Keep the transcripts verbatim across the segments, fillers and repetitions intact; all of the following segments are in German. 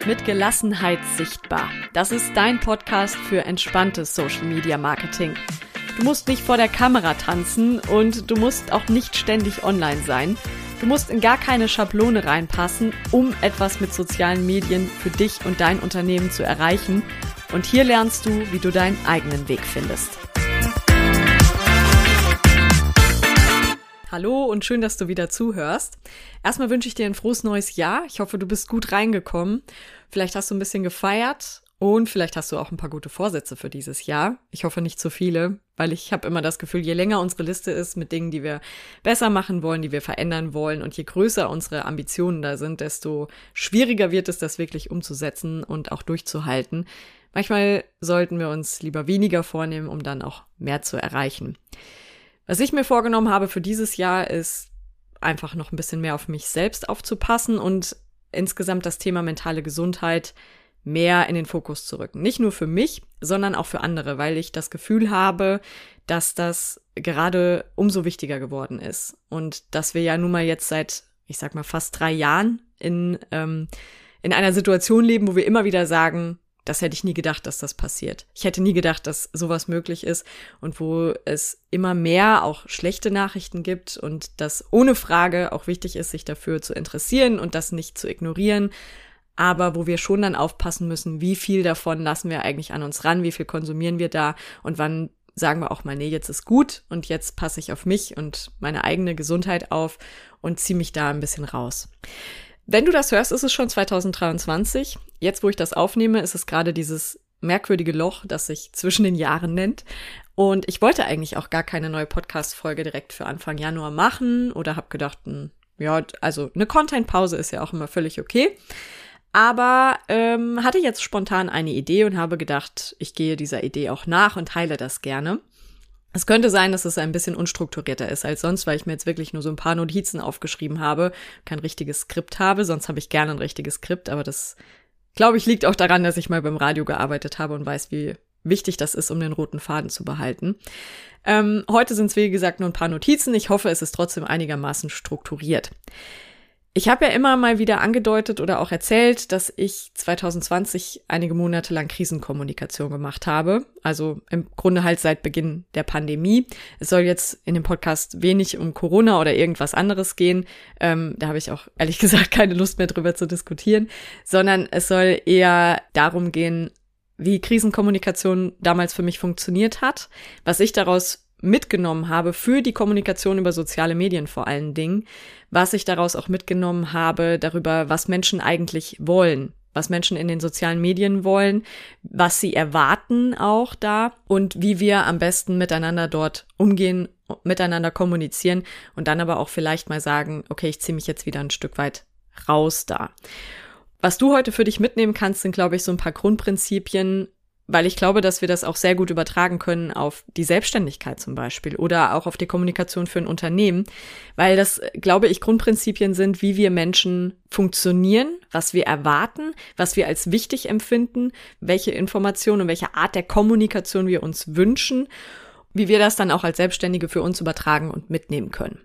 Mit Gelassenheit sichtbar. Das ist dein Podcast für entspanntes Social Media Marketing. Du musst nicht vor der Kamera tanzen und du musst auch nicht ständig online sein. Du musst in gar keine Schablone reinpassen, um etwas mit sozialen Medien für dich und dein Unternehmen zu erreichen. Und hier lernst du, wie du deinen eigenen Weg findest. Hallo und schön, dass du wieder zuhörst. Erstmal wünsche ich dir ein frohes neues Jahr. Ich hoffe, du bist gut reingekommen. Vielleicht hast du ein bisschen gefeiert und vielleicht hast du auch ein paar gute Vorsätze für dieses Jahr. Ich hoffe nicht zu viele, weil ich habe immer das Gefühl, je länger unsere Liste ist mit Dingen, die wir besser machen wollen, die wir verändern wollen und je größer unsere Ambitionen da sind, desto schwieriger wird es, das wirklich umzusetzen und auch durchzuhalten. Manchmal sollten wir uns lieber weniger vornehmen, um dann auch mehr zu erreichen. Was ich mir vorgenommen habe für dieses Jahr ist, einfach noch ein bisschen mehr auf mich selbst aufzupassen und insgesamt das Thema mentale Gesundheit mehr in den Fokus zu rücken. Nicht nur für mich, sondern auch für andere, weil ich das Gefühl habe, dass das gerade umso wichtiger geworden ist. Und dass wir ja nun mal jetzt seit, ich sag mal, fast drei Jahren in, ähm, in einer Situation leben, wo wir immer wieder sagen, das hätte ich nie gedacht, dass das passiert. Ich hätte nie gedacht, dass sowas möglich ist und wo es immer mehr auch schlechte Nachrichten gibt und das ohne Frage auch wichtig ist, sich dafür zu interessieren und das nicht zu ignorieren, aber wo wir schon dann aufpassen müssen, wie viel davon lassen wir eigentlich an uns ran, wie viel konsumieren wir da und wann sagen wir auch mal, nee, jetzt ist gut und jetzt passe ich auf mich und meine eigene Gesundheit auf und ziehe mich da ein bisschen raus. Wenn du das hörst, ist es schon zwanzig dreiundzwanzig. Jetzt, wo ich das aufnehme, ist es gerade dieses merkwürdige Loch, das sich zwischen den Jahren nennt. Und ich wollte eigentlich auch gar keine neue Podcast-Folge direkt für Anfang Januar machen oder habe gedacht, mh, ja, also eine Content-Pause ist ja auch immer völlig okay. Aber ähm, hatte jetzt spontan eine Idee und habe gedacht, ich gehe dieser Idee auch nach und teile das gerne. Es könnte sein, dass es ein bisschen unstrukturierter ist als sonst, weil ich mir jetzt wirklich nur so ein paar Notizen aufgeschrieben habe, kein richtiges Skript habe. Sonst habe ich gerne ein richtiges Skript, aber das, glaube ich, liegt auch daran, dass ich mal beim Radio gearbeitet habe und weiß, wie wichtig das ist, um den roten Faden zu behalten. Ähm, heute sind es, wie gesagt, nur ein paar Notizen. Ich hoffe, es ist trotzdem einigermaßen strukturiert. Ich habe ja immer mal wieder angedeutet oder auch erzählt, dass ich zwanzig zwanzig einige Monate lang Krisenkommunikation gemacht habe. Also im Grunde halt seit Beginn der Pandemie. Es soll jetzt in dem Podcast wenig um Corona oder irgendwas anderes gehen. Ähm, da habe ich auch ehrlich gesagt keine Lust mehr drüber zu diskutieren. Sondern es soll eher darum gehen, wie Krisenkommunikation damals für mich funktioniert hat, was ich daraus mitgenommen habe für die Kommunikation über soziale Medien vor allen Dingen, was ich daraus auch mitgenommen habe darüber, was Menschen eigentlich wollen, was Menschen in den sozialen Medien wollen, was sie erwarten auch da und wie wir am besten miteinander dort umgehen, miteinander kommunizieren und dann aber auch vielleicht mal sagen, okay, ich ziehe mich jetzt wieder ein Stück weit raus da. Was du heute für dich mitnehmen kannst, sind, glaube ich, so ein paar Grundprinzipien, weil ich glaube, dass wir das auch sehr gut übertragen können auf die Selbstständigkeit zum Beispiel oder auch auf die Kommunikation für ein Unternehmen, weil das, glaube ich, Grundprinzipien sind, wie wir Menschen funktionieren, was wir erwarten, was wir als wichtig empfinden, welche Informationen und welche Art der Kommunikation wir uns wünschen, wie wir das dann auch als Selbstständige für uns übertragen und mitnehmen können.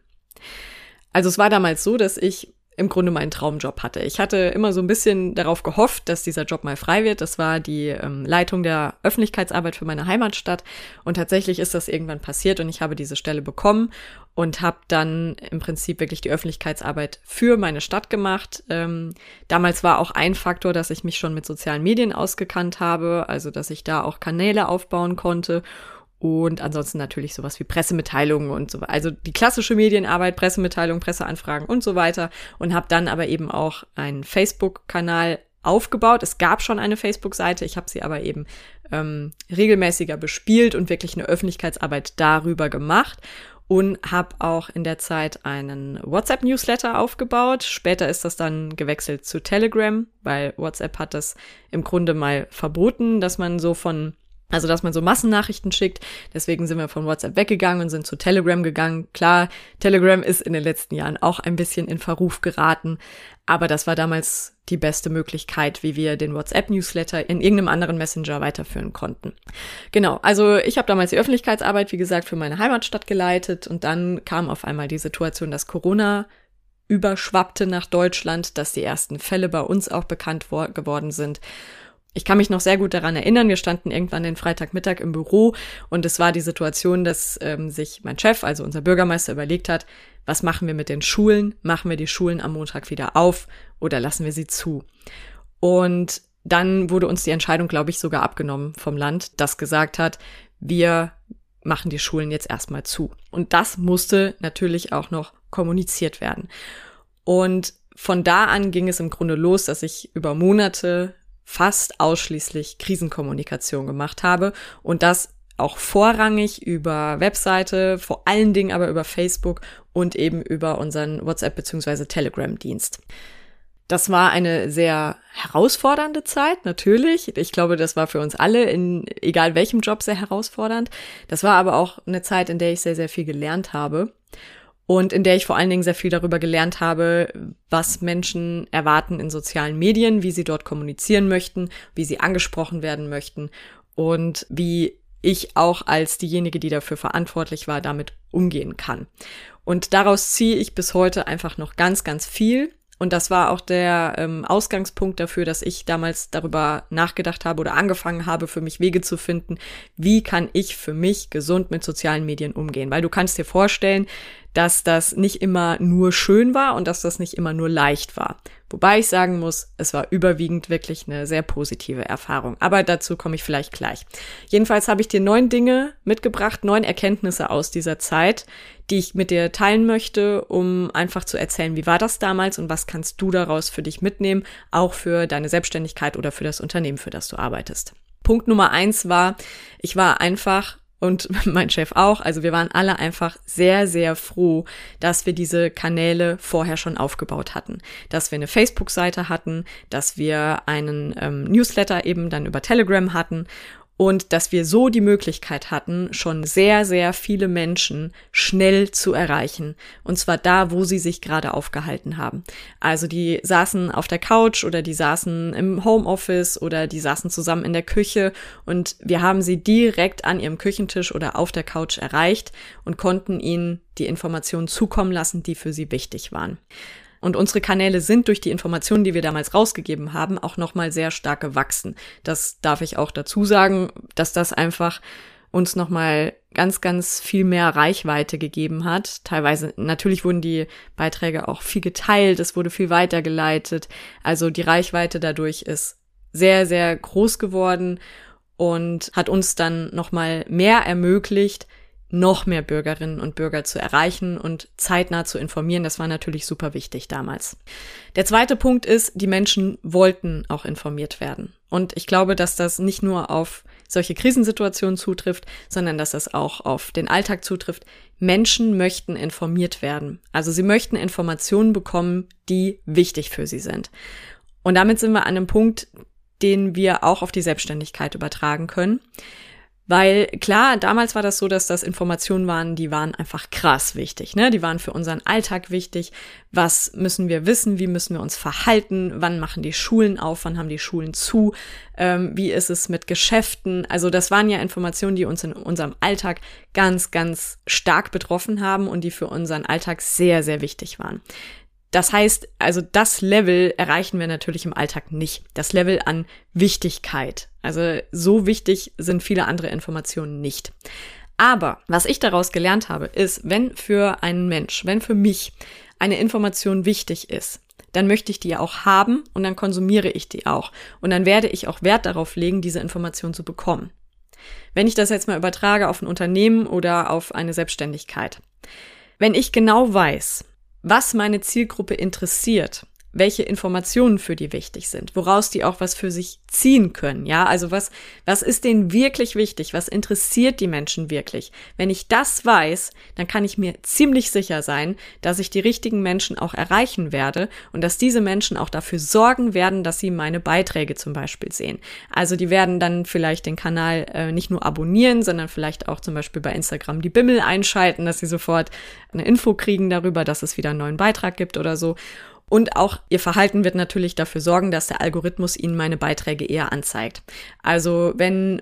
Also es war damals so, dass ich im Grunde meinen Traumjob hatte. Ich hatte immer so ein bisschen darauf gehofft, dass dieser Job mal frei wird. Das war die ähm, Leitung der Öffentlichkeitsarbeit für meine Heimatstadt und tatsächlich ist das irgendwann passiert und ich habe diese Stelle bekommen und habe dann im Prinzip wirklich die Öffentlichkeitsarbeit für meine Stadt gemacht. Ähm, damals war auch ein Faktor, dass ich mich schon mit sozialen Medien ausgekannt habe, also dass ich da auch Kanäle aufbauen konnte. Und ansonsten natürlich sowas wie Pressemitteilungen und so weiter. Also die klassische Medienarbeit, Pressemitteilungen, Presseanfragen und so weiter. Und habe dann aber eben auch einen Facebook-Kanal aufgebaut. Es gab schon eine Facebook-Seite, ich habe sie aber eben ähm, regelmäßiger bespielt und wirklich eine Öffentlichkeitsarbeit darüber gemacht. Und habe auch in der Zeit einen WhatsApp-Newsletter aufgebaut. Später ist das dann gewechselt zu Telegram, weil WhatsApp hat das im Grunde mal verboten, dass man so von Also, dass man so Massennachrichten schickt. Deswegen sind wir von WhatsApp weggegangen und sind zu Telegram gegangen. Klar, Telegram ist in den letzten Jahren auch ein bisschen in Verruf geraten. Aber das war damals die beste Möglichkeit, wie wir den WhatsApp-Newsletter in irgendeinem anderen Messenger weiterführen konnten. Genau, also ich habe damals die Öffentlichkeitsarbeit, wie gesagt, für meine Heimatstadt geleitet. Und dann kam auf einmal die Situation, dass Corona überschwappte nach Deutschland, dass die ersten Fälle bei uns auch bekannt wo- geworden sind. Ich kann mich noch sehr gut daran erinnern, wir standen irgendwann den Freitagmittag im Büro und es war die Situation, dass ähm, sich mein Chef, also unser Bürgermeister, überlegt hat, was machen wir mit den Schulen? Machen wir die Schulen am Montag wieder auf oder lassen wir sie zu? Und dann wurde uns die Entscheidung, glaube ich, sogar abgenommen vom Land, das gesagt hat, wir machen die Schulen jetzt erstmal zu. Und das musste natürlich auch noch kommuniziert werden. Und von da an ging es im Grunde los, dass ich über Monate fast ausschließlich Krisenkommunikation gemacht habe und das auch vorrangig über Webseite, vor allen Dingen aber über Facebook und eben über unseren WhatsApp- bzw. Telegram-Dienst. Das war eine sehr herausfordernde Zeit, natürlich. Ich glaube, das war für uns alle, in egal welchem Job, sehr herausfordernd. Das war aber auch eine Zeit, in der ich sehr, sehr viel gelernt habe. Und in der ich vor allen Dingen sehr viel darüber gelernt habe, was Menschen erwarten in sozialen Medien, wie sie dort kommunizieren möchten, wie sie angesprochen werden möchten und wie ich auch als diejenige, die dafür verantwortlich war, damit umgehen kann. Und daraus ziehe ich bis heute einfach noch ganz, ganz viel. Und das war auch der ähm, Ausgangspunkt dafür, dass ich damals darüber nachgedacht habe oder angefangen habe, für mich Wege zu finden, wie kann ich für mich gesund mit sozialen Medien umgehen. Weil du kannst dir vorstellen, dass das nicht immer nur schön war und dass das nicht immer nur leicht war. Wobei ich sagen muss, es war überwiegend wirklich eine sehr positive Erfahrung. Aber dazu komme ich vielleicht gleich. Jedenfalls habe ich dir neun Dinge mitgebracht, neun Erkenntnisse aus dieser Zeit, die ich mit dir teilen möchte, um einfach zu erzählen, wie war das damals und was kannst du daraus für dich mitnehmen, auch für deine Selbstständigkeit oder für das Unternehmen, für das du arbeitest. Punkt Nummer eins war, ich war einfach und mein Chef auch, also wir waren alle einfach sehr, sehr froh, dass wir diese Kanäle vorher schon aufgebaut hatten. Dass wir eine Facebook-Seite hatten, dass wir einen ähm, Newsletter eben dann über Telegram hatten und dass wir so die Möglichkeit hatten, schon sehr, sehr viele Menschen schnell zu erreichen. Und zwar da, wo sie sich gerade aufgehalten haben. Also die saßen auf der Couch oder die saßen im Homeoffice oder die saßen zusammen in der Küche und wir haben sie direkt an ihrem Küchentisch oder auf der Couch erreicht und konnten ihnen die Informationen zukommen lassen, die für sie wichtig waren. Und unsere Kanäle sind durch die Informationen, die wir damals rausgegeben haben, auch nochmal sehr stark gewachsen. Das darf ich auch dazu sagen, dass das einfach uns nochmal ganz, ganz viel mehr Reichweite gegeben hat. Teilweise, natürlich wurden die Beiträge auch viel geteilt, es wurde viel weitergeleitet. Also die Reichweite dadurch ist sehr, sehr groß geworden und hat uns dann nochmal mehr ermöglicht, noch mehr Bürgerinnen und Bürger zu erreichen und zeitnah zu informieren. Das war natürlich super wichtig damals. Der zweite Punkt ist, die Menschen wollten auch informiert werden. Und ich glaube, dass das nicht nur auf solche Krisensituationen zutrifft, sondern dass das auch auf den Alltag zutrifft. Menschen möchten informiert werden. Also sie möchten Informationen bekommen, die wichtig für sie sind. Und damit sind wir an einem Punkt, den wir auch auf die Selbstständigkeit übertragen können. Weil klar, damals war das so, dass das Informationen waren, die waren einfach krass wichtig, ne? Die waren für unseren Alltag wichtig. Was müssen wir wissen? Wie müssen wir uns verhalten? Wann machen die Schulen auf? Wann haben die Schulen zu? Ähm, wie ist es mit Geschäften? Also das waren ja Informationen, die uns in unserem Alltag ganz, ganz stark betroffen haben und die für unseren Alltag sehr, sehr wichtig waren. Das heißt, also das Level erreichen wir natürlich im Alltag nicht. Das Level an Wichtigkeit. Also so wichtig sind viele andere Informationen nicht. Aber was ich daraus gelernt habe, ist, wenn für einen Mensch, wenn für mich eine Information wichtig ist, dann möchte ich die auch haben und dann konsumiere ich die auch. Und dann werde ich auch Wert darauf legen, diese Information zu bekommen. Wenn ich das jetzt mal übertrage auf ein Unternehmen oder auf eine Selbstständigkeit. Wenn ich genau weiß, was meine Zielgruppe interessiert, welche Informationen für die wichtig sind, woraus die auch was für sich ziehen können, ja, also was, was ist denen wirklich wichtig, was interessiert die Menschen wirklich? Wenn ich das weiß, dann kann ich mir ziemlich sicher sein, dass ich die richtigen Menschen auch erreichen werde und dass diese Menschen auch dafür sorgen werden, dass sie meine Beiträge zum Beispiel sehen. Also die werden dann vielleicht den Kanal äh, nicht nur abonnieren, sondern vielleicht auch zum Beispiel bei Instagram die Bimmel einschalten, dass sie sofort eine Info kriegen darüber, dass es wieder einen neuen Beitrag gibt oder so. Und auch ihr Verhalten wird natürlich dafür sorgen, dass der Algorithmus ihnen meine Beiträge eher anzeigt. Also wenn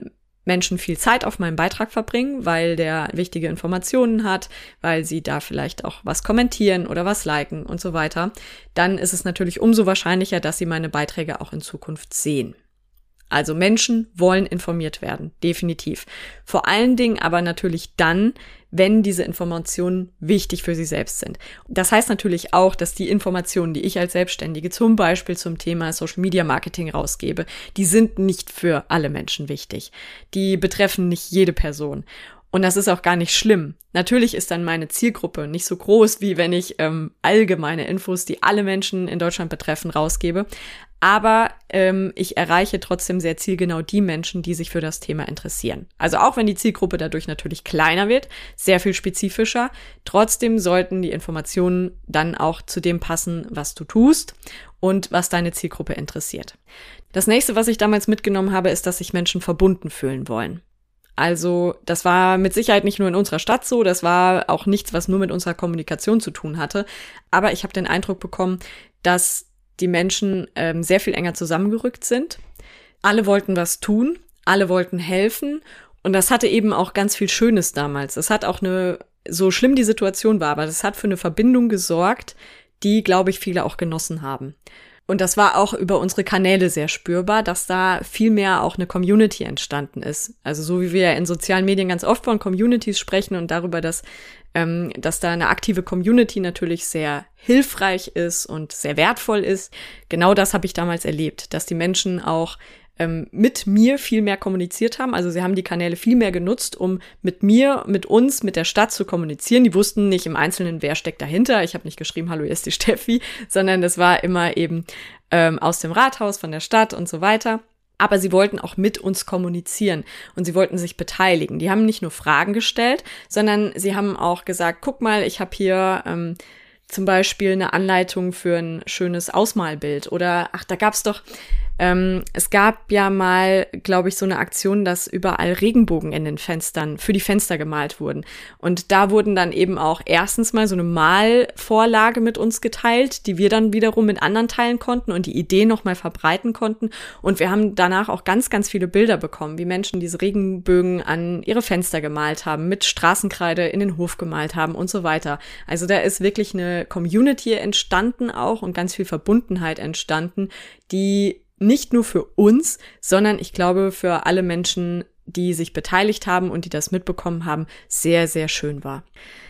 Menschen viel Zeit auf meinem Beitrag verbringen, weil der wichtige Informationen hat, weil sie da vielleicht auch was kommentieren oder was liken und so weiter, dann ist es natürlich umso wahrscheinlicher, dass sie meine Beiträge auch in Zukunft sehen. Also Menschen wollen informiert werden, definitiv. Vor allen Dingen aber natürlich dann, wenn diese Informationen wichtig für sie selbst sind. Das heißt natürlich auch, dass die Informationen, die ich als Selbstständige zum Beispiel zum Thema Social Media Marketing rausgebe, die sind nicht für alle Menschen wichtig. Die betreffen nicht jede Person. Und das ist auch gar nicht schlimm. Natürlich ist dann meine Zielgruppe nicht so groß, wie wenn ich ähm, allgemeine Infos, die alle Menschen in Deutschland betreffen, rausgebe. Aber ähm, ich erreiche trotzdem sehr zielgenau die Menschen, die sich für das Thema interessieren. Also auch wenn die Zielgruppe dadurch natürlich kleiner wird, sehr viel spezifischer, trotzdem sollten die Informationen dann auch zu dem passen, was du tust und was deine Zielgruppe interessiert. Das nächste, was ich damals mitgenommen habe, ist, dass sich Menschen verbunden fühlen wollen. Also das war mit Sicherheit nicht nur in unserer Stadt so, das war auch nichts, was nur mit unserer Kommunikation zu tun hatte. Aber ich habe den Eindruck bekommen, dass die Menschen ähm, sehr viel enger zusammengerückt sind. Alle wollten was tun, alle wollten helfen und das hatte eben auch ganz viel Schönes damals. Es hat auch eine, so schlimm die Situation war, aber das hat für eine Verbindung gesorgt, die, glaube ich, viele auch genossen haben. Und das war auch über unsere Kanäle sehr spürbar, dass da viel mehr auch eine Community entstanden ist. Also so wie wir in sozialen Medien ganz oft von Communities sprechen und darüber, dass, ähm, dass da eine aktive Community natürlich sehr hilfreich ist und sehr wertvoll ist. Genau das habe ich damals erlebt, dass die Menschen auch ähm, mit mir viel mehr kommuniziert haben. Also sie haben die Kanäle viel mehr genutzt, um mit mir, mit uns, mit der Stadt zu kommunizieren. Die wussten nicht im Einzelnen, wer steckt dahinter. Ich habe nicht geschrieben, hallo, hier ist die Steffi, sondern das war immer eben ähm, aus dem Rathaus, von der Stadt und so weiter. Aber sie wollten auch mit uns kommunizieren und sie wollten sich beteiligen. Die haben nicht nur Fragen gestellt, sondern sie haben auch gesagt, guck mal, ich habe hier ähm, zum Beispiel eine Anleitung für ein schönes Ausmalbild. Oder, ach, da gab's doch, ähm, es gab ja mal, glaube ich, so eine Aktion, dass überall Regenbogen in den Fenstern, für die Fenster gemalt wurden. Und da wurden dann eben auch erstens mal so eine Malvorlage mit uns geteilt, die wir dann wiederum mit anderen teilen konnten und die Idee nochmal verbreiten konnten. Und wir haben danach auch ganz, ganz viele Bilder bekommen, wie Menschen diese Regenbögen an ihre Fenster gemalt haben, mit Straßenkreide in den Hof gemalt haben und so weiter. Also da ist wirklich eine Community entstanden auch und ganz viel Verbundenheit entstanden, die nicht nur für uns, sondern ich glaube für alle Menschen, die sich beteiligt haben und die das mitbekommen haben, sehr, sehr schön war.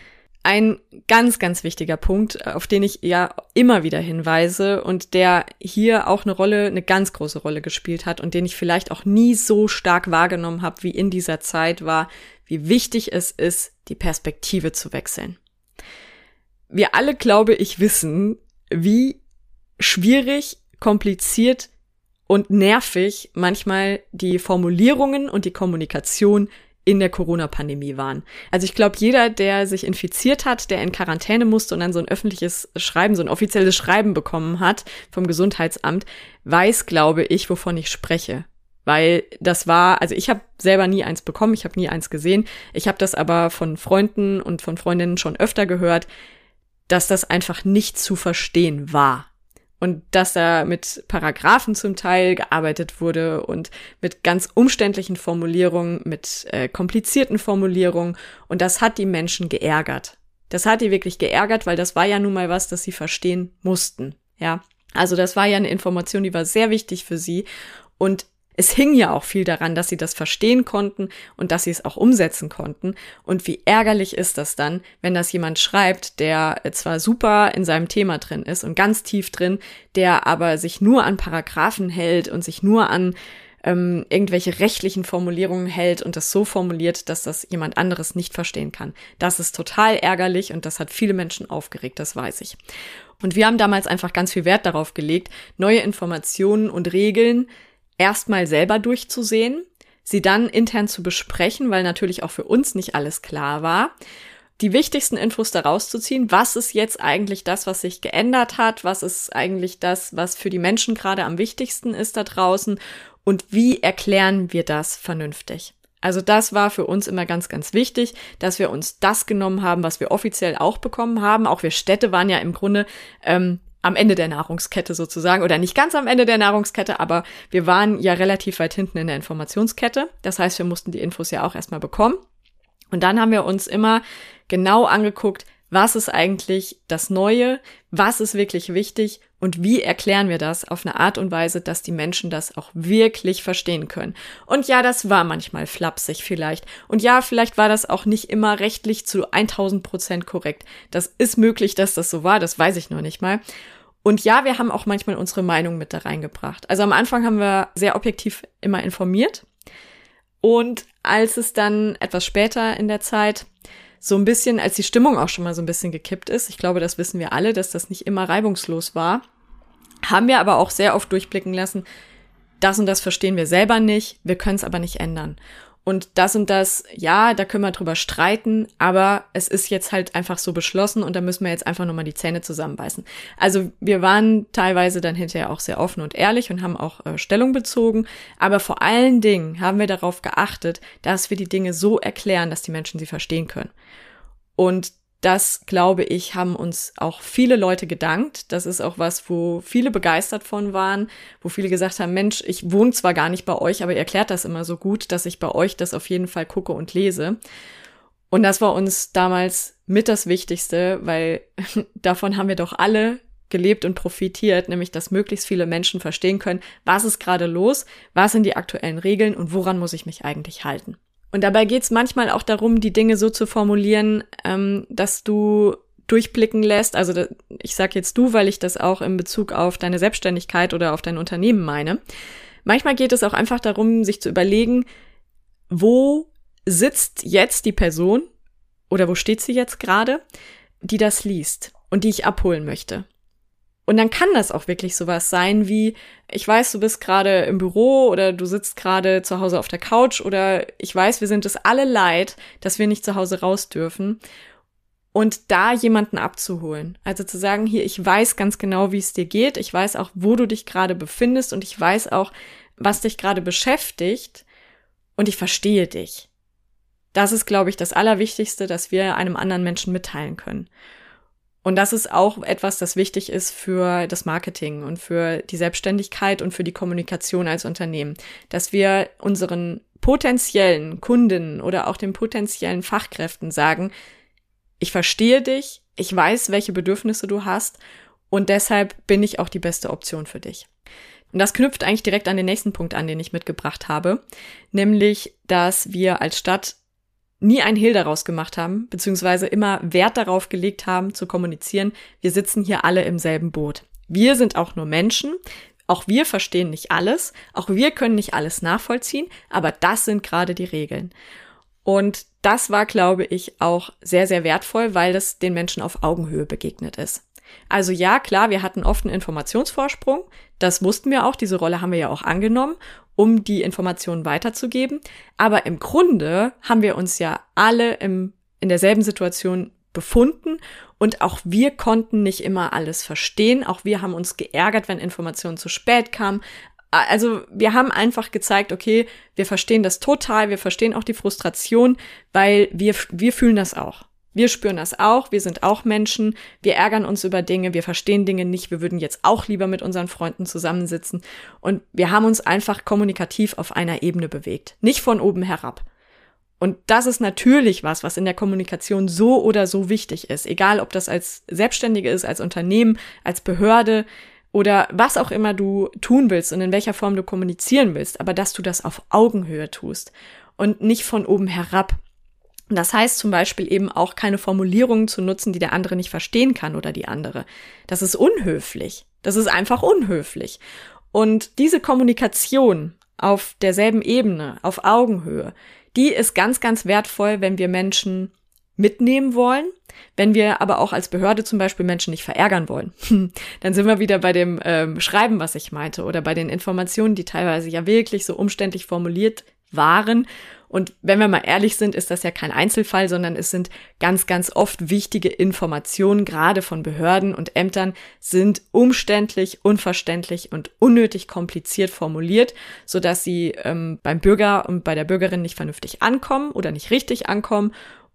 Ein ganz, ganz wichtiger Punkt, auf den ich ja immer wieder hinweise und der hier auch eine Rolle, eine ganz große Rolle gespielt hat und den ich vielleicht auch nie so stark wahrgenommen habe wie in dieser Zeit, war, wie wichtig es ist, die Perspektive zu wechseln. Wir alle, glaube ich, wissen, wie schwierig, kompliziert und nervig manchmal die Formulierungen und die Kommunikation in der Corona-Pandemie waren. Also ich glaube, jeder, der sich infiziert hat, der in Quarantäne musste und dann so ein öffentliches Schreiben, so ein offizielles Schreiben bekommen hat vom Gesundheitsamt, weiß, glaube ich, wovon ich spreche. Weil das war, also ich habe selber nie eins bekommen, ich habe nie eins gesehen. Ich habe das aber von Freunden und von Freundinnen schon öfter gehört, dass das einfach nicht zu verstehen war. Und dass da mit Paragraphen zum Teil gearbeitet wurde und mit ganz umständlichen Formulierungen, mit äh, komplizierten Formulierungen. Und das hat die Menschen geärgert. Das hat die wirklich geärgert, weil das war ja nun mal was, das sie verstehen mussten. Ja, also das war ja eine Information, die war sehr wichtig für sie. Und es hing ja auch viel daran, dass sie das verstehen konnten und dass sie es auch umsetzen konnten. Und wie ärgerlich ist das dann, wenn das jemand schreibt, der zwar super in seinem Thema drin ist und ganz tief drin, der aber sich nur an Paragraphen hält und sich nur an ähm, irgendwelche rechtlichen Formulierungen hält und das so formuliert, dass das jemand anderes nicht verstehen kann. Das ist total ärgerlich und das hat viele Menschen aufgeregt, das weiß ich. Und wir haben damals einfach ganz viel Wert darauf gelegt, neue Informationen und Regeln erstmal selber durchzusehen, sie dann intern zu besprechen, weil natürlich auch für uns nicht alles klar war, die wichtigsten Infos daraus zu ziehen, was ist jetzt eigentlich das, was sich geändert hat, was ist eigentlich das, was für die Menschen gerade am wichtigsten ist da draußen und wie erklären wir das vernünftig. Also das war für uns immer ganz, ganz wichtig, dass wir uns das genommen haben, was wir offiziell auch bekommen haben. Auch wir Städte waren ja im Grunde ähm, am Ende der Nahrungskette sozusagen oder nicht ganz am Ende der Nahrungskette, aber wir waren ja relativ weit hinten in der Informationskette. Das heißt, wir mussten die Infos ja auch erstmal bekommen. Und dann haben wir uns immer genau angeguckt, was ist eigentlich das Neue, was ist wirklich wichtig und wie erklären wir das auf eine Art und Weise, dass die Menschen das auch wirklich verstehen können. Und ja, das war manchmal flapsig vielleicht. Und ja, vielleicht war das auch nicht immer rechtlich zu tausend Prozent korrekt. Das ist möglich, dass das so war, das weiß ich noch nicht mal. Und ja, wir haben auch manchmal unsere Meinung mit da reingebracht. Also am Anfang haben wir sehr objektiv immer informiert. Und als es dann etwas später in der Zeit so ein bisschen, als die Stimmung auch schon mal so ein bisschen gekippt ist, ich glaube, das wissen wir alle, dass das nicht immer reibungslos war, haben wir aber auch sehr oft durchblicken lassen, das und das verstehen wir selber nicht, wir können es aber nicht ändern. Und das und das, ja, da können wir drüber streiten, aber es ist jetzt halt einfach so beschlossen und da müssen wir jetzt einfach nochmal die Zähne zusammenbeißen. Also wir waren teilweise dann hinterher auch sehr offen und ehrlich und haben auch äh, Stellung bezogen, aber vor allen Dingen haben wir darauf geachtet, dass wir die Dinge so erklären, dass die Menschen sie verstehen können. Und das, glaube ich, haben uns auch viele Leute gedankt. Das ist auch was, wo viele begeistert von waren, wo viele gesagt haben, Mensch, ich wohne zwar gar nicht bei euch, aber ihr erklärt das immer so gut, dass ich bei euch das auf jeden Fall gucke und lese. Und das war uns damals mit das Wichtigste, weil davon haben wir doch alle gelebt und profitiert, nämlich dass möglichst viele Menschen verstehen können, was ist gerade los, was sind die aktuellen Regeln und woran muss ich mich eigentlich halten. Und dabei geht es manchmal auch darum, die Dinge so zu formulieren, ähm, dass du durchblicken lässt. Also da, ich sage jetzt du, weil ich das auch in Bezug auf deine Selbstständigkeit oder auf dein Unternehmen meine. Manchmal geht es auch einfach darum, sich zu überlegen, wo sitzt jetzt die Person oder wo steht sie jetzt gerade, die das liest und die ich abholen möchte. Und dann kann das auch wirklich sowas sein wie, ich weiß, du bist gerade im Büro oder du sitzt gerade zu Hause auf der Couch oder ich weiß, wir sind es alle leid, dass wir nicht zu Hause raus dürfen. Und da jemanden abzuholen. Also zu sagen, hier, ich weiß ganz genau, wie es dir geht. Ich weiß auch, wo du dich gerade befindest und ich weiß auch, was dich gerade beschäftigt und ich verstehe dich. Das ist, glaube ich, das Allerwichtigste, dass wir einem anderen Menschen mitteilen können. Und das ist auch etwas, das wichtig ist für das Marketing und für die Selbstständigkeit und für die Kommunikation als Unternehmen, dass wir unseren potenziellen Kunden oder auch den potenziellen Fachkräften sagen, ich verstehe dich, ich weiß, welche Bedürfnisse du hast und deshalb bin ich auch die beste Option für dich. Und das knüpft eigentlich direkt an den nächsten Punkt an, den ich mitgebracht habe, nämlich, dass wir als Stadt nie einen Hehl daraus gemacht haben, beziehungsweise immer Wert darauf gelegt haben, zu kommunizieren, wir sitzen hier alle im selben Boot. Wir sind auch nur Menschen, auch wir verstehen nicht alles, auch wir können nicht alles nachvollziehen, aber das sind gerade die Regeln. Und das war, glaube ich, auch sehr, sehr wertvoll, weil das den Menschen auf Augenhöhe begegnet ist. Also ja, klar, wir hatten oft einen Informationsvorsprung, das wussten wir auch, diese Rolle haben wir ja auch angenommen, um die Informationen weiterzugeben. Aber im Grunde haben wir uns ja alle im, in derselben Situation befunden und auch wir konnten nicht immer alles verstehen. Auch wir haben uns geärgert, wenn Informationen zu spät kamen. Also wir haben einfach gezeigt, okay, wir verstehen das total, wir verstehen auch die Frustration, weil wir, wir fühlen das auch. Wir spüren das auch, wir sind auch Menschen, wir ärgern uns über Dinge, wir verstehen Dinge nicht, wir würden jetzt auch lieber mit unseren Freunden zusammensitzen und wir haben uns einfach kommunikativ auf einer Ebene bewegt, nicht von oben herab. Und das ist natürlich was, was in der Kommunikation so oder so wichtig ist, egal ob das als Selbstständige ist, als Unternehmen, als Behörde oder was auch immer du tun willst und in welcher Form du kommunizieren willst, aber dass du das auf Augenhöhe tust und nicht von oben herab. Das heißt zum Beispiel eben auch keine Formulierungen zu nutzen, die der andere nicht verstehen kann oder die andere. Das ist unhöflich. Das ist einfach unhöflich. Und diese Kommunikation auf derselben Ebene, auf Augenhöhe, die ist ganz, ganz wertvoll, wenn wir Menschen mitnehmen wollen, wenn wir aber auch als Behörde zum Beispiel Menschen nicht verärgern wollen. Dann sind wir wieder bei dem ähm, Schreiben, was ich meinte, oder bei den Informationen, die teilweise ja wirklich so umständlich formuliert waren. Und wenn wir mal ehrlich sind, ist das ja kein Einzelfall, sondern es sind ganz, ganz oft wichtige Informationen, gerade von Behörden und Ämtern, sind umständlich, unverständlich und unnötig kompliziert formuliert, sodass sie ähm, beim Bürger und bei der Bürgerin nicht vernünftig ankommen oder nicht richtig ankommen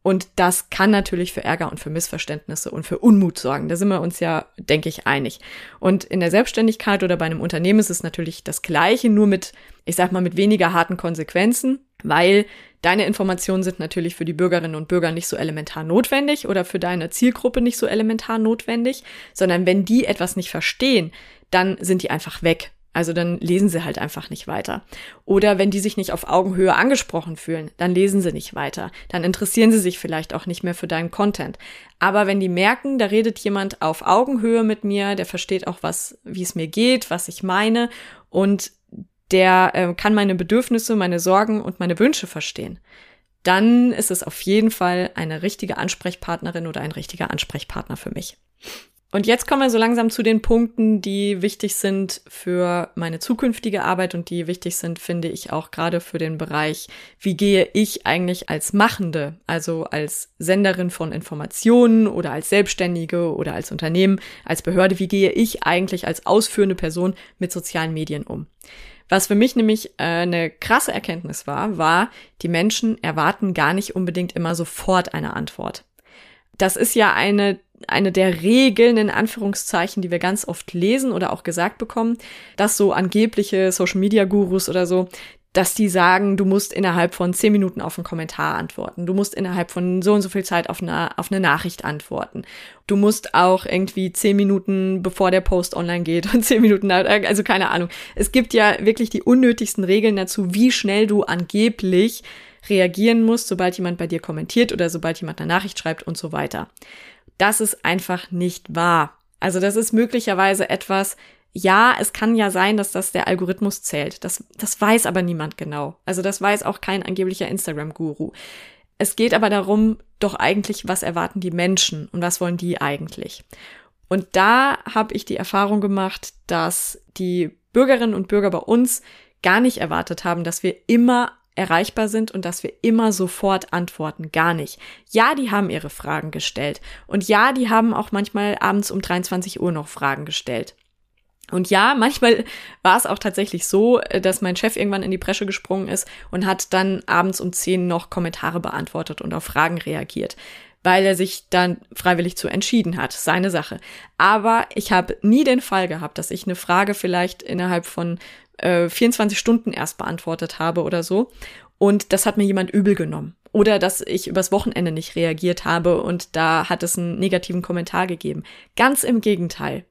Und das kann natürlich für Ärger und für Missverständnisse und für Unmut sorgen. Da sind wir uns ja, denke ich, einig. Und in der Selbstständigkeit oder bei einem Unternehmen ist es natürlich das Gleiche, nur mit, ich sag mal, mit weniger harten Konsequenzen, weil deine Informationen sind natürlich für die Bürgerinnen und Bürger nicht so elementar notwendig oder für deine Zielgruppe nicht so elementar notwendig, sondern wenn die etwas nicht verstehen, dann sind die einfach weg. Also dann lesen sie halt einfach nicht weiter. Oder wenn die sich nicht auf Augenhöhe angesprochen fühlen, dann lesen sie nicht weiter. Dann interessieren sie sich vielleicht auch nicht mehr für deinen Content. Aber wenn die merken, da redet jemand auf Augenhöhe mit mir, der versteht auch, was, wie es mir geht, was ich meine und der äh, kann meine Bedürfnisse, meine Sorgen und meine Wünsche verstehen, dann ist es auf jeden Fall eine richtige Ansprechpartnerin oder ein richtiger Ansprechpartner für mich. Und jetzt kommen wir so langsam zu den Punkten, die wichtig sind für meine zukünftige Arbeit und die wichtig sind, finde ich, auch gerade für den Bereich, wie gehe ich eigentlich als Machende, also als Senderin von Informationen oder als Selbstständige oder als Unternehmen, als Behörde, wie gehe ich eigentlich als ausführende Person mit sozialen Medien um? Was für mich nämlich äh, eine krasse Erkenntnis war, war, die Menschen erwarten gar nicht unbedingt immer sofort eine Antwort. Das ist ja eine eine der Regeln, in Anführungszeichen, die wir ganz oft lesen oder auch gesagt bekommen, dass so angebliche Social-Media-Gurus oder so, dass die sagen, du musst innerhalb von zehn Minuten auf einen Kommentar antworten. Du musst innerhalb von so und so viel Zeit auf eine, auf eine Nachricht antworten. Du musst auch irgendwie zehn Minuten, bevor der Post online geht und zehn Minuten, also keine Ahnung. Es gibt ja wirklich die unnötigsten Regeln dazu, wie schnell du angeblich reagieren musst, sobald jemand bei dir kommentiert oder sobald jemand eine Nachricht schreibt und so weiter. Das ist einfach nicht wahr. Also das ist möglicherweise etwas, ja, es kann ja sein, dass das der Algorithmus zählt. Das, das weiß aber niemand genau. Also das weiß auch kein angeblicher Instagram-Guru. Es geht aber darum, doch eigentlich, was erwarten die Menschen und was wollen die eigentlich? Und da habe ich die Erfahrung gemacht, dass die Bürgerinnen und Bürger bei uns gar nicht erwartet haben, dass wir immer erreichbar sind und dass wir immer sofort antworten. Gar nicht. Ja, die haben ihre Fragen gestellt. Und ja, die haben auch manchmal abends um dreiundzwanzig Uhr noch Fragen gestellt. Und ja, manchmal war es auch tatsächlich so, dass mein Chef irgendwann in die Bresche gesprungen ist und hat dann abends um zehn noch Kommentare beantwortet und auf Fragen reagiert, weil er sich dann freiwillig zu entschieden hat. Seine Sache. Aber ich habe nie den Fall gehabt, dass ich eine Frage vielleicht innerhalb von äh, vierundzwanzig Stunden erst beantwortet habe oder so. Und das hat mir jemand übel genommen. Oder dass ich übers Wochenende nicht reagiert habe und da hat es einen negativen Kommentar gegeben. Ganz im Gegenteil.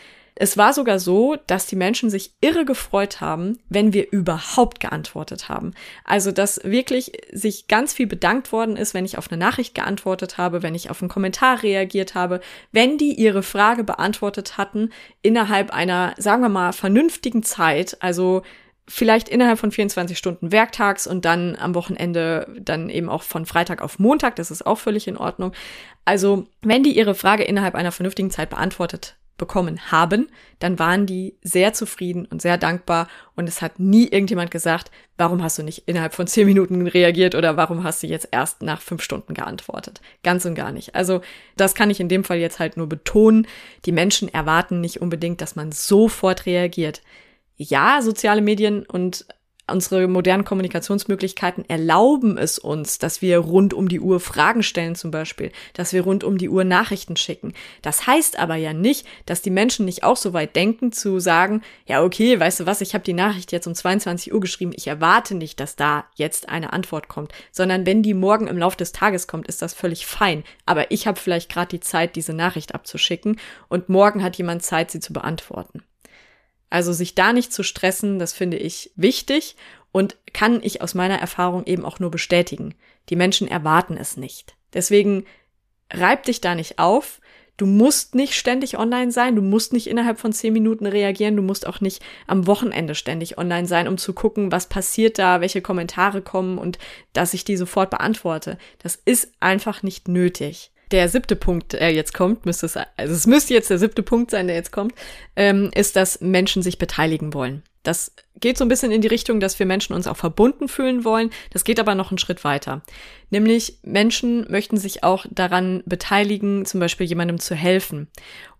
Es war sogar so, dass die Menschen sich irre gefreut haben, wenn wir überhaupt geantwortet haben. Also, dass wirklich sich ganz viel bedankt worden ist, wenn ich auf eine Nachricht geantwortet habe, wenn ich auf einen Kommentar reagiert habe, wenn die ihre Frage beantwortet hatten innerhalb einer, sagen wir mal, vernünftigen Zeit, also vielleicht innerhalb von vierundzwanzig Stunden werktags und dann am Wochenende dann eben auch von Freitag auf Montag, das ist auch völlig in Ordnung. Also, wenn die ihre Frage innerhalb einer vernünftigen Zeit beantwortet bekommen haben, dann waren die sehr zufrieden und sehr dankbar und es hat nie irgendjemand gesagt, warum hast du nicht innerhalb von zehn Minuten reagiert oder warum hast du jetzt erst nach fünf Stunden geantwortet. Ganz und gar nicht. Also das kann ich in dem Fall jetzt halt nur betonen. Die Menschen erwarten nicht unbedingt, dass man sofort reagiert. Ja, soziale Medien und unsere modernen Kommunikationsmöglichkeiten erlauben es uns, dass wir rund um die Uhr Fragen stellen zum Beispiel, dass wir rund um die Uhr Nachrichten schicken. Das heißt aber ja nicht, dass die Menschen nicht auch so weit denken zu sagen, ja okay, weißt du was, ich habe die Nachricht jetzt um zweiundzwanzig Uhr geschrieben, ich erwarte nicht, dass da jetzt eine Antwort kommt, sondern wenn die morgen im Laufe des Tages kommt, ist das völlig fein. Aber ich habe vielleicht gerade die Zeit, diese Nachricht abzuschicken und morgen hat jemand Zeit, sie zu beantworten. Also sich da nicht zu stressen, das finde ich wichtig und kann ich aus meiner Erfahrung eben auch nur bestätigen. Die Menschen erwarten es nicht. Deswegen reib dich da nicht auf. Du musst nicht ständig online sein, du musst nicht innerhalb von zehn Minuten reagieren, du musst auch nicht am Wochenende ständig online sein, um zu gucken, was passiert da, welche Kommentare kommen und dass ich die sofort beantworte. Das ist einfach nicht nötig. Der siebte Punkt, der jetzt kommt, müsste es, also es müsste jetzt der siebte Punkt sein, der jetzt kommt, ähm, ist, dass Menschen sich beteiligen wollen. Das geht so ein bisschen in die Richtung, dass wir Menschen uns auch verbunden fühlen wollen. Das geht aber noch einen Schritt weiter. Nämlich Menschen möchten sich auch daran beteiligen, zum Beispiel jemandem zu helfen.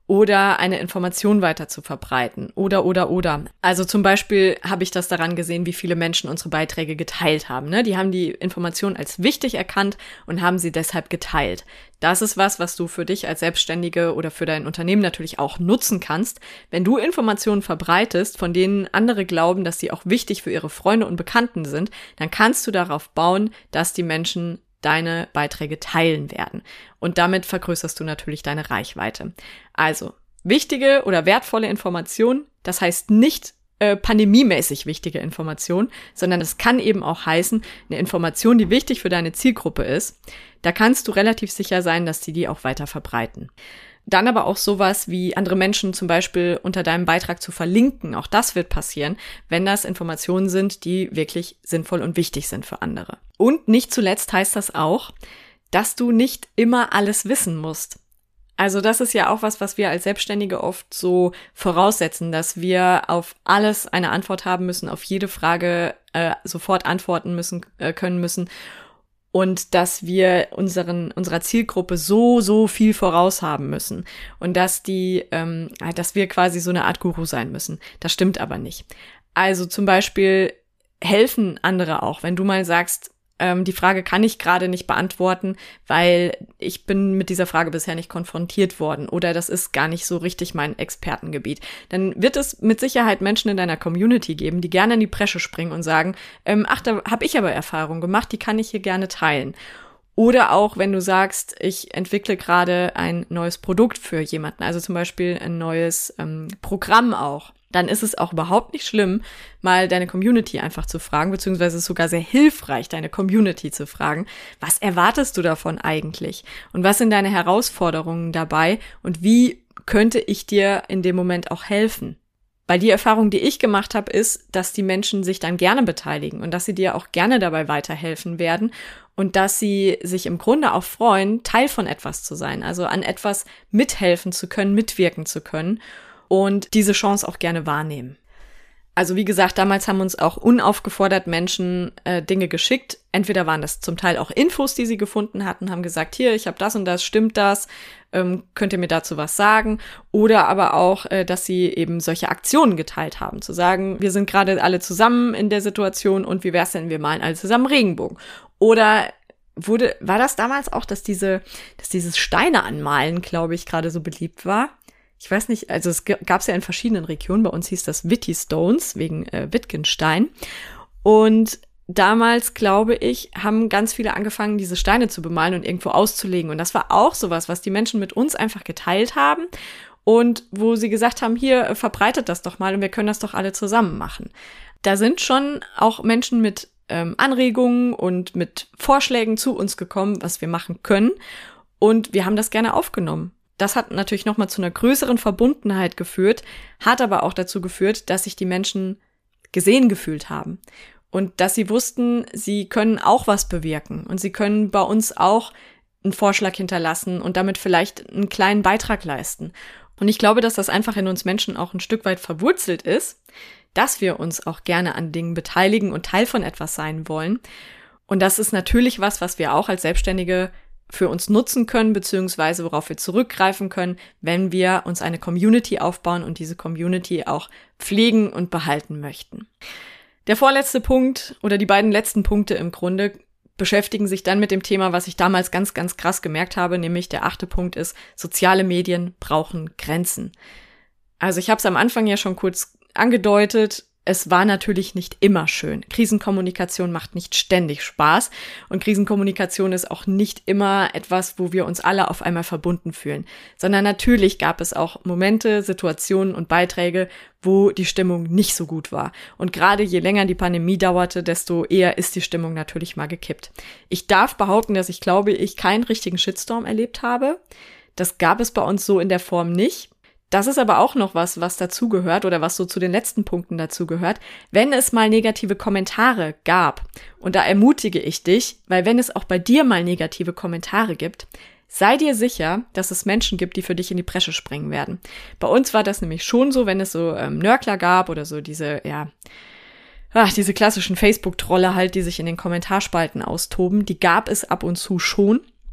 oder eine Information weiter zu verbreiten oder, oder, oder. Also zum Beispiel habe ich das daran gesehen, wie viele Menschen unsere Beiträge geteilt haben. Ne? Die haben die Information als wichtig erkannt und haben sie deshalb geteilt. Das ist was, was du für dich als Selbstständige oder für dein Unternehmen natürlich auch nutzen kannst. Wenn du Informationen verbreitest, von denen andere glauben, dass sie auch wichtig für ihre Freunde und Bekannten sind, dann kannst du darauf bauen, dass die Menschen deine Beiträge teilen werden. Und damit vergrößerst du natürlich deine Reichweite. Also, wichtige oder wertvolle Informationen, das heißt nicht äh, pandemiemäßig wichtige Informationen, sondern es kann eben auch heißen, eine Information, die wichtig für deine Zielgruppe ist, da kannst du relativ sicher sein, dass die die auch weiter verbreiten. Dann aber auch sowas wie andere Menschen zum Beispiel unter deinem Beitrag zu verlinken. Auch das wird passieren, wenn das Informationen sind, die wirklich sinnvoll und wichtig sind für andere. Und nicht zuletzt heißt das auch, dass du nicht immer alles wissen musst. Also das ist ja auch was, was wir als Selbstständige oft so voraussetzen, dass wir auf alles eine Antwort haben müssen, auf jede Frage äh, sofort antworten müssen, äh, können müssen. Und dass wir unseren unserer Zielgruppe so, so viel voraus haben müssen. Und dass die, ähm, dass wir quasi so eine Art Guru sein müssen. Das stimmt aber nicht. Also zum Beispiel helfen andere auch, wenn du mal sagst, ähm, die Frage kann ich gerade nicht beantworten, weil ich bin mit dieser Frage bisher nicht konfrontiert worden oder das ist gar nicht so richtig mein Expertengebiet. Dann wird es mit Sicherheit Menschen in deiner Community geben, die gerne in die Bresche springen und sagen, ähm, ach, da habe ich aber Erfahrung gemacht, die kann ich hier gerne teilen. Oder auch, wenn du sagst, ich entwickle gerade ein neues Produkt für jemanden, also zum Beispiel ein neues ähm, Programm auch, dann ist es auch überhaupt nicht schlimm, mal deine Community einfach zu fragen, beziehungsweise es ist sogar sehr hilfreich, deine Community zu fragen, was erwartest du davon eigentlich? Und was sind deine Herausforderungen dabei? Und wie könnte ich dir in dem Moment auch helfen? Weil die Erfahrung, die ich gemacht habe, ist, dass die Menschen sich dann gerne beteiligen und dass sie dir auch gerne dabei weiterhelfen werden und dass sie sich im Grunde auch freuen, Teil von etwas zu sein, also an etwas mithelfen zu können, mitwirken zu können und diese Chance auch gerne wahrnehmen. Also wie gesagt, damals haben uns auch unaufgefordert Menschen äh, Dinge geschickt. Entweder waren das zum Teil auch Infos, die sie gefunden hatten, haben gesagt, hier, ich habe das und das, stimmt das, ähm, könnt ihr mir dazu was sagen? Oder aber auch, äh, dass sie eben solche Aktionen geteilt haben, zu sagen, wir sind gerade alle zusammen in der Situation und wie wär's denn, wir malen alle zusammen Regenbogen? Oder wurde, war das damals auch, dass diese, dass dieses Steine anmalen, glaube ich, gerade so beliebt war? Ich weiß nicht, also es gab es ja in verschiedenen Regionen, bei uns hieß das Witty Stones, wegen äh, Wittgenstein. Und damals, glaube ich, haben ganz viele angefangen, diese Steine zu bemalen und irgendwo auszulegen. Und das war auch sowas, was die Menschen mit uns einfach geteilt haben und wo sie gesagt haben, hier, verbreitet das doch mal und wir können das doch alle zusammen machen. Da sind schon auch Menschen mit ähm, Anregungen und mit Vorschlägen zu uns gekommen, was wir machen können. Und wir haben das gerne aufgenommen. Das hat natürlich nochmal zu einer größeren Verbundenheit geführt, hat aber auch dazu geführt, dass sich die Menschen gesehen gefühlt haben und dass sie wussten, sie können auch was bewirken und sie können bei uns auch einen Vorschlag hinterlassen und damit vielleicht einen kleinen Beitrag leisten. Und ich glaube, dass das einfach in uns Menschen auch ein Stück weit verwurzelt ist, dass wir uns auch gerne an Dingen beteiligen und Teil von etwas sein wollen. Und das ist natürlich was, was wir auch als Selbstständige für uns nutzen können, beziehungsweise worauf wir zurückgreifen können, wenn wir uns eine Community aufbauen und diese Community auch pflegen und behalten möchten. Der vorletzte Punkt oder die beiden letzten Punkte im Grunde beschäftigen sich dann mit dem Thema, was ich damals ganz, ganz krass gemerkt habe, nämlich der achte Punkt ist, soziale Medien brauchen Grenzen. Also ich habe es am Anfang ja schon kurz angedeutet, es war natürlich nicht immer schön. Krisenkommunikation macht nicht ständig Spaß und Krisenkommunikation ist auch nicht immer etwas, wo wir uns alle auf einmal verbunden fühlen, sondern natürlich gab es auch Momente, Situationen und Beiträge, wo die Stimmung nicht so gut war. Und gerade je länger die Pandemie dauerte, desto eher ist die Stimmung natürlich mal gekippt. Ich darf behaupten, dass ich glaube, ich keinen richtigen Shitstorm erlebt habe. Das gab es bei uns so in der Form nicht. Das ist aber auch noch was, was dazugehört oder was so zu den letzten Punkten dazugehört. Wenn es mal negative Kommentare gab, und da ermutige ich dich, weil wenn es auch bei dir mal negative Kommentare gibt, sei dir sicher, dass es Menschen gibt, die für dich in die Bresche springen werden. Bei uns war das nämlich schon so, wenn es so ähm, Nörgler gab oder so diese, ja, ach, diese klassischen Facebook-Trolle halt, die sich in den Kommentarspalten austoben, die gab es ab und zu schon.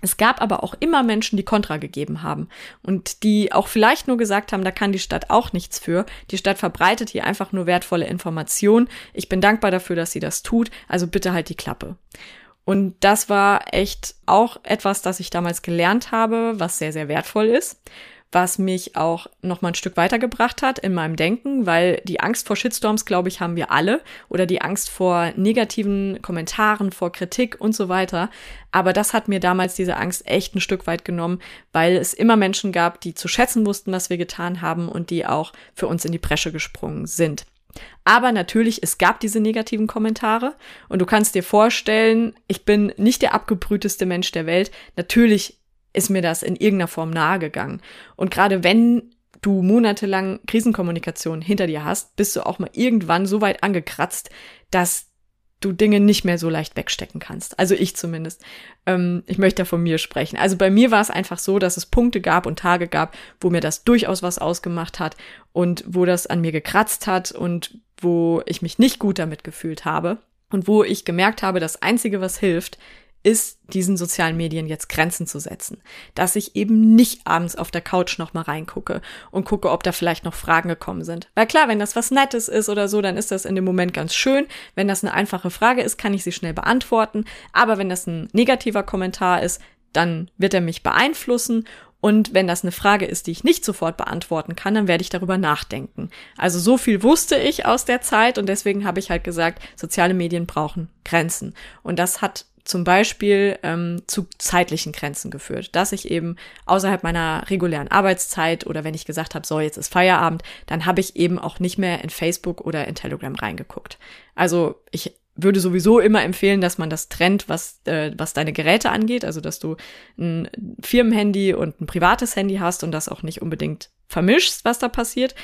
Es gab aber auch immer Menschen, die Kontra gegeben haben und die auch vielleicht nur gesagt haben, da kann die Stadt auch nichts für. Die Stadt verbreitet hier einfach nur wertvolle Informationen. Ich bin dankbar dafür, dass sie das tut, also bitte halt die Klappe. Und das war echt auch etwas, das ich damals gelernt habe, was sehr, sehr wertvoll ist, was mich auch noch mal ein Stück weitergebracht hat in meinem Denken, weil die Angst vor Shitstorms, glaube ich, haben wir alle oder die Angst vor negativen Kommentaren, vor Kritik und so weiter. Aber das hat mir damals diese Angst echt ein Stück weit genommen, weil es immer Menschen gab, die zu schätzen wussten, was wir getan haben und die auch für uns in die Bresche gesprungen sind. Aber natürlich, es gab diese negativen Kommentare und du kannst dir vorstellen, ich bin nicht der abgebrühteste Mensch der Welt. Natürlich ist mir das in irgendeiner Form nahegegangen. Und gerade wenn du monatelang Krisenkommunikation hinter dir hast, bist du auch mal irgendwann so weit angekratzt, dass du Dinge nicht mehr so leicht wegstecken kannst. Also ich zumindest. Ähm, ich möchte ja von mir sprechen. Also bei mir war es einfach so, dass es Punkte gab und Tage gab, wo mir das durchaus was ausgemacht hat und wo das an mir gekratzt hat und wo ich mich nicht gut damit gefühlt habe und wo ich gemerkt habe, das Einzige, was hilft, ist, diesen sozialen Medien jetzt Grenzen zu setzen. Dass ich eben nicht abends auf der Couch noch mal reingucke und gucke, ob da vielleicht noch Fragen gekommen sind. Weil klar, wenn das was Nettes ist oder so, dann ist das in dem Moment ganz schön. Wenn das eine einfache Frage ist, kann ich sie schnell beantworten. Aber wenn das ein negativer Kommentar ist, dann wird er mich beeinflussen. Und wenn das eine Frage ist, die ich nicht sofort beantworten kann, dann werde ich darüber nachdenken. Also so viel wusste ich aus der Zeit und deswegen habe ich halt gesagt, soziale Medien brauchen Grenzen. Und das hat zum Beispiel ähm, zu zeitlichen Grenzen geführt, dass ich eben außerhalb meiner regulären Arbeitszeit oder wenn ich gesagt habe, so, jetzt ist Feierabend, dann habe ich eben auch nicht mehr in Facebook oder in Telegram reingeguckt. Also ich würde sowieso immer empfehlen, dass man das trennt, was äh, was deine Geräte angeht, also dass du ein Firmenhandy und ein privates Handy hast und das auch nicht unbedingt vermischst, was da passiert,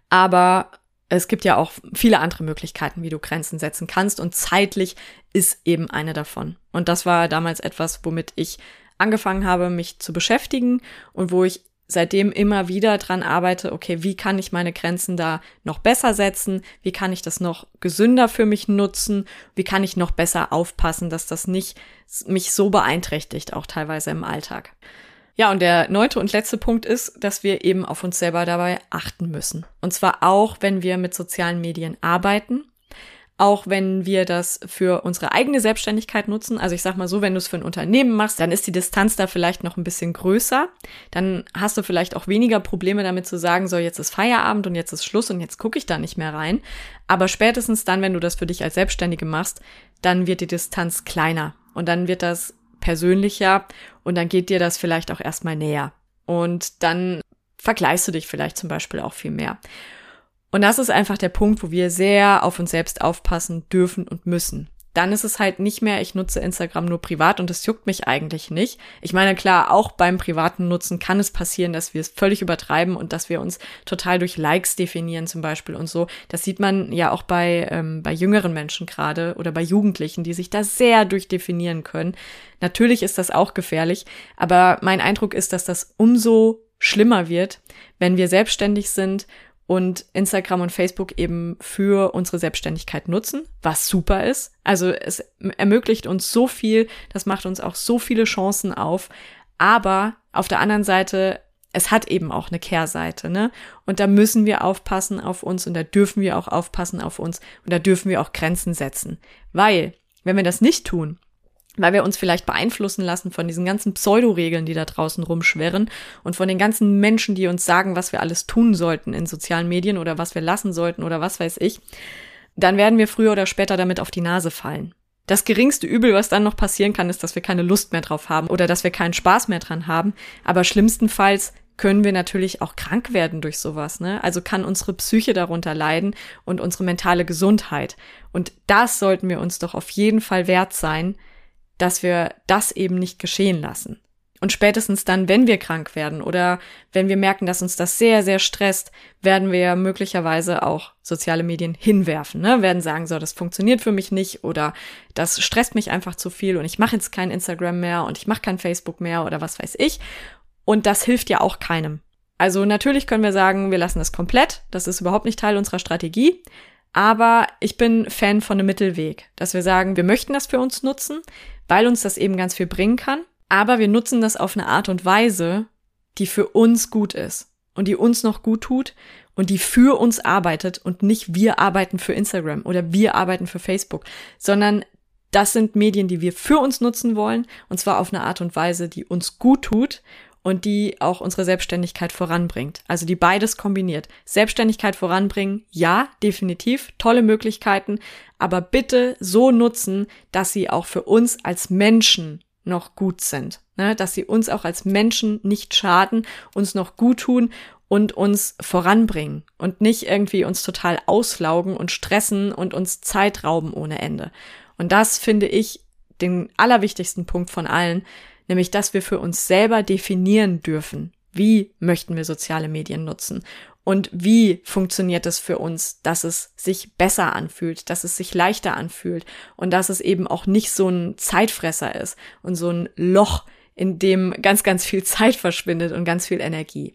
aber es gibt ja auch viele andere Möglichkeiten, wie du Grenzen setzen kannst und zeitlich ist eben eine davon. Und das war damals etwas, womit ich angefangen habe, mich zu beschäftigen und wo ich seitdem immer wieder dran arbeite, okay, wie kann ich meine Grenzen da noch besser setzen? Wie kann ich das noch gesünder für mich nutzen? Wie kann ich noch besser aufpassen, dass das nicht mich so beeinträchtigt, auch teilweise im Alltag? Ja, und der neunte und letzte Punkt ist, dass wir eben auf uns selber dabei achten müssen. Und zwar auch, wenn wir mit sozialen Medien arbeiten, auch wenn wir das für unsere eigene Selbstständigkeit nutzen. Also ich sag mal so, wenn du es für ein Unternehmen machst, dann ist die Distanz da vielleicht noch ein bisschen größer. Dann hast du vielleicht auch weniger Probleme damit zu sagen, so jetzt ist Feierabend und jetzt ist Schluss und jetzt gucke ich da nicht mehr rein. Aber spätestens dann, wenn du das für dich als Selbstständige machst, dann wird die Distanz kleiner und dann wird das persönlicher und dann geht dir das vielleicht auch erstmal näher. Und dann vergleichst du dich vielleicht zum Beispiel auch viel mehr. Und das ist einfach der Punkt, wo wir sehr auf uns selbst aufpassen dürfen und müssen. Dann ist es halt nicht mehr, ich nutze Instagram nur privat und das juckt mich eigentlich nicht. Ich meine, klar, auch beim privaten Nutzen kann es passieren, dass wir es völlig übertreiben und dass wir uns total durch Likes definieren zum Beispiel und so. Das sieht man ja auch bei ähm, bei jüngeren Menschen gerade oder bei Jugendlichen, die sich da sehr durchdefinieren können. Natürlich ist das auch gefährlich, aber mein Eindruck ist, dass das umso schlimmer wird, wenn wir selbstständig sind und Instagram und Facebook eben für unsere Selbstständigkeit nutzen, was super ist. Also es ermöglicht uns so viel, das macht uns auch so viele Chancen auf. Aber auf der anderen Seite, es hat eben auch eine Kehrseite, ne? Und da müssen wir aufpassen auf uns und da dürfen wir auch aufpassen auf uns und da dürfen wir auch Grenzen setzen. Weil, wenn wir das nicht tun, weil wir uns vielleicht beeinflussen lassen von diesen ganzen Pseudo-Regeln, die da draußen rumschwirren und von den ganzen Menschen, die uns sagen, was wir alles tun sollten in sozialen Medien oder was wir lassen sollten oder was weiß ich, dann werden wir früher oder später damit auf die Nase fallen. Das geringste Übel, was dann noch passieren kann, ist, dass wir keine Lust mehr drauf haben oder dass wir keinen Spaß mehr dran haben. Aber schlimmstenfalls können wir natürlich auch krank werden durch sowas, ne? Also kann unsere Psyche darunter leiden und unsere mentale Gesundheit. Und das sollten wir uns doch auf jeden Fall wert sein, dass wir das eben nicht geschehen lassen. Und spätestens dann, wenn wir krank werden oder wenn wir merken, dass uns das sehr, sehr stresst, werden wir möglicherweise auch soziale Medien hinwerfen, ne? Werden sagen, so, das funktioniert für mich nicht oder das stresst mich einfach zu viel und ich mache jetzt kein Instagram mehr und ich mache kein Facebook mehr oder was weiß ich. Und das hilft ja auch keinem. Also natürlich können wir sagen, wir lassen das komplett. Das ist überhaupt nicht Teil unserer Strategie. Aber ich bin Fan von einem Mittelweg, dass wir sagen, wir möchten das für uns nutzen, weil uns das eben ganz viel bringen kann. aber wir nutzen das auf eine Art und Weise, die für uns gut ist und die uns noch gut tut und die für uns arbeitet und nicht wir arbeiten für Instagram oder wir arbeiten für Facebook, sondern das sind Medien, die wir für uns nutzen wollen und zwar auf eine Art und Weise, die uns gut tut und die auch unsere Selbstständigkeit voranbringt. Also die beides kombiniert. Selbstständigkeit voranbringen, ja, definitiv, tolle Möglichkeiten, aber bitte so nutzen, dass sie auch für uns als Menschen noch gut sind, ne? Dass sie uns auch als Menschen nicht schaden, uns noch gut tun und uns voranbringen und nicht irgendwie uns total auslaugen und stressen und uns Zeit rauben ohne Ende. Und das finde ich den allerwichtigsten Punkt von allen, nämlich, dass wir für uns selber definieren dürfen, wie möchten wir soziale Medien nutzen und wie funktioniert es für uns, dass es sich besser anfühlt, dass es sich leichter anfühlt und dass es eben auch nicht so ein Zeitfresser ist und so ein Loch, in dem ganz, ganz viel Zeit verschwindet und ganz viel Energie.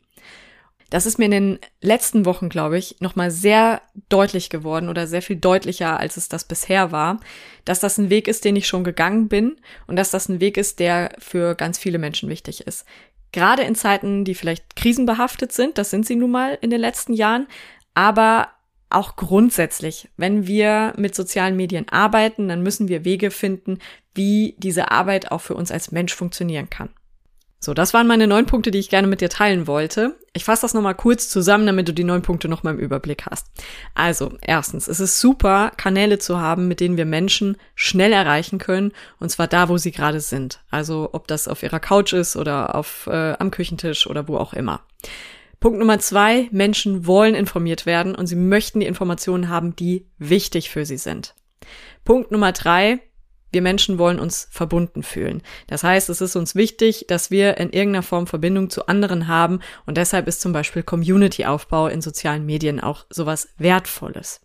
Das ist mir in den letzten Wochen, glaube ich, nochmal sehr deutlich geworden oder sehr viel deutlicher, als es das bisher war, dass das ein Weg ist, den ich schon gegangen bin und dass das ein Weg ist, der für ganz viele Menschen wichtig ist. Gerade in Zeiten, die vielleicht krisenbehaftet sind, das sind sie nun mal in den letzten Jahren, aber auch grundsätzlich, wenn wir mit sozialen Medien arbeiten, dann müssen wir Wege finden, wie diese Arbeit auch für uns als Mensch funktionieren kann. So, das waren meine neun Punkte, die ich gerne mit dir teilen wollte. Ich fasse das nochmal kurz zusammen, damit du die neun Punkte nochmal im Überblick hast. Also, erstens, es ist super, Kanäle zu haben, mit denen wir Menschen schnell erreichen können, und zwar da, wo sie gerade sind. Also, ob das auf ihrer Couch ist oder auf äh, am Küchentisch oder wo auch immer. Punkt Nummer zwei, Menschen wollen informiert werden und sie möchten die Informationen haben, die wichtig für sie sind. Punkt Nummer drei, wir Menschen wollen uns verbunden fühlen. Das heißt, es ist uns wichtig, dass wir in irgendeiner Form Verbindung zu anderen haben und deshalb ist zum Beispiel Community-Aufbau in sozialen Medien auch sowas Wertvolles.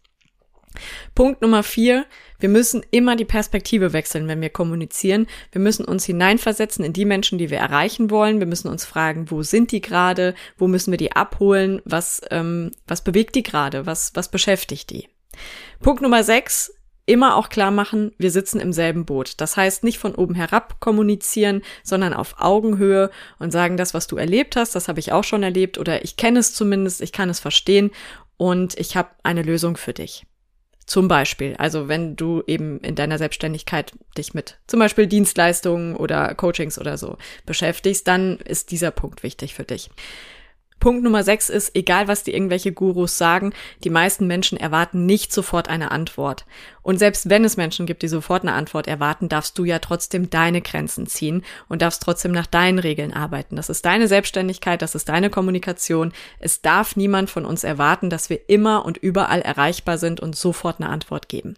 Punkt Nummer vier, wir müssen immer die Perspektive wechseln, wenn wir kommunizieren. Wir müssen uns hineinversetzen in die Menschen, die wir erreichen wollen. Wir müssen uns fragen, wo sind die gerade? Wo müssen wir die abholen? Was, ähm, was bewegt die gerade? Was, was beschäftigt die? Punkt Nummer sechs, immer auch klar machen, wir sitzen im selben Boot. Das heißt, nicht von oben herab kommunizieren, sondern auf Augenhöhe und sagen, das, was du erlebt hast, das habe ich auch schon erlebt oder ich kenne es zumindest, ich kann es verstehen und ich habe eine Lösung für dich. Zum Beispiel, also wenn du eben in deiner Selbstständigkeit dich mit zum Beispiel Dienstleistungen oder Coachings oder so beschäftigst, dann ist dieser Punkt wichtig für dich. Punkt Nummer sechs ist, egal was dir irgendwelche Gurus sagen, die meisten Menschen erwarten nicht sofort eine Antwort. Und selbst wenn es Menschen gibt, die sofort eine Antwort erwarten, darfst du ja trotzdem deine Grenzen ziehen und darfst trotzdem nach deinen Regeln arbeiten. Das ist deine Selbstständigkeit, das ist deine Kommunikation. Es darf niemand von uns erwarten, dass wir immer und überall erreichbar sind und sofort eine Antwort geben.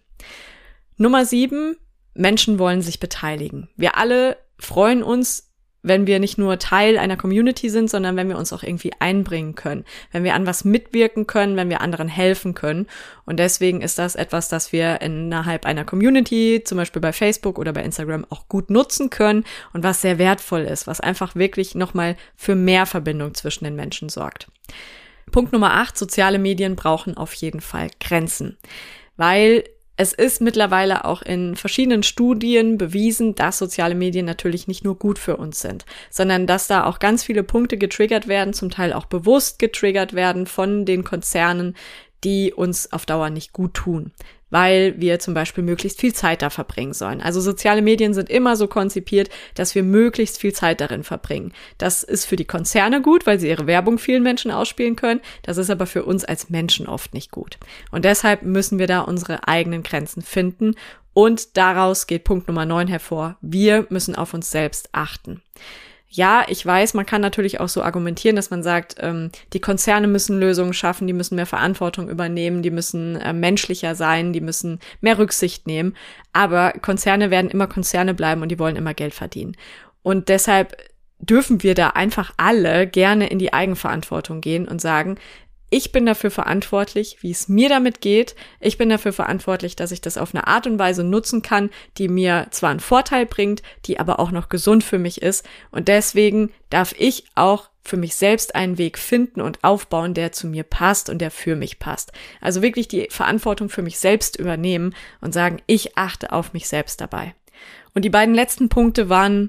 Nummer sieben, Menschen wollen sich beteiligen. Wir alle freuen uns, wenn wir nicht nur Teil einer Community sind, sondern wenn wir uns auch irgendwie einbringen können, wenn wir an was mitwirken können, wenn wir anderen helfen können. Und deswegen ist das etwas, das wir innerhalb einer Community, zum Beispiel bei Facebook oder bei Instagram, auch gut nutzen können und was sehr wertvoll ist, was einfach wirklich nochmal für mehr Verbindung zwischen den Menschen sorgt. Punkt Nummer acht, soziale Medien brauchen auf jeden Fall Grenzen, weil es ist mittlerweile auch in verschiedenen Studien bewiesen, dass soziale Medien natürlich nicht nur gut für uns sind, sondern dass da auch ganz viele Punkte getriggert werden, zum Teil auch bewusst getriggert werden von den Konzernen, die uns auf Dauer nicht gut tun, weil wir zum Beispiel möglichst viel Zeit da verbringen sollen. Also soziale Medien sind immer so konzipiert, dass wir möglichst viel Zeit darin verbringen. Das ist für die Konzerne gut, weil sie ihre Werbung vielen Menschen ausspielen können. Das ist aber für uns als Menschen oft nicht gut. Und deshalb müssen wir da unsere eigenen Grenzen finden. Und daraus geht Punkt Nummer neun hervor. Wir müssen auf uns selbst achten. Ja, ich weiß, man kann natürlich auch so argumentieren, dass man sagt, ähm, die Konzerne müssen Lösungen schaffen, die müssen mehr Verantwortung übernehmen, die müssen äh, menschlicher sein, die müssen mehr Rücksicht nehmen. Aber Konzerne werden immer Konzerne bleiben und die wollen immer Geld verdienen. Und deshalb dürfen wir da einfach alle gerne in die Eigenverantwortung gehen und sagen, ich bin dafür verantwortlich, wie es mir damit geht. Ich bin dafür verantwortlich, dass ich das auf eine Art und Weise nutzen kann, die mir zwar einen Vorteil bringt, die aber auch noch gesund für mich ist. Und deswegen darf ich auch für mich selbst einen Weg finden und aufbauen, der zu mir passt und der für mich passt. Also wirklich die Verantwortung für mich selbst übernehmen und sagen, ich achte auf mich selbst dabei. Und die beiden letzten Punkte waren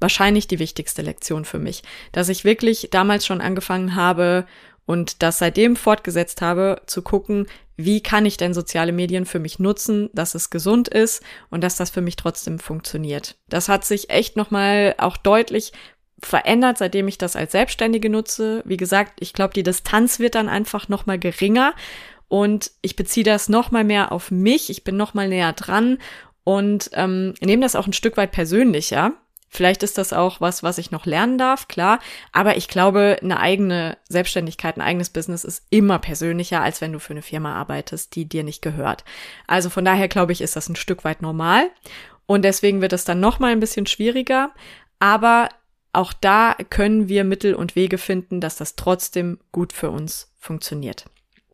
wahrscheinlich die wichtigste Lektion für mich, dass ich wirklich damals schon angefangen habe und das seitdem fortgesetzt habe, zu gucken, wie kann ich denn soziale Medien für mich nutzen, dass es gesund ist und dass das für mich trotzdem funktioniert. Das hat sich echt nochmal auch deutlich verändert, seitdem ich das als Selbstständige nutze. Wie gesagt, ich glaube, die Distanz wird dann einfach nochmal geringer und ich beziehe das nochmal mehr auf mich. Ich bin nochmal näher dran und ähm, nehme das auch ein Stück weit persönlicher. Vielleicht ist das auch was, was ich noch lernen darf, klar. Aber ich glaube, eine eigene Selbstständigkeit, ein eigenes Business ist immer persönlicher, als wenn du für eine Firma arbeitest, die dir nicht gehört. Also von daher glaube ich, ist das ein Stück weit normal. Und deswegen wird es dann noch mal ein bisschen schwieriger. Aber auch da können wir Mittel und Wege finden, dass das trotzdem gut für uns funktioniert.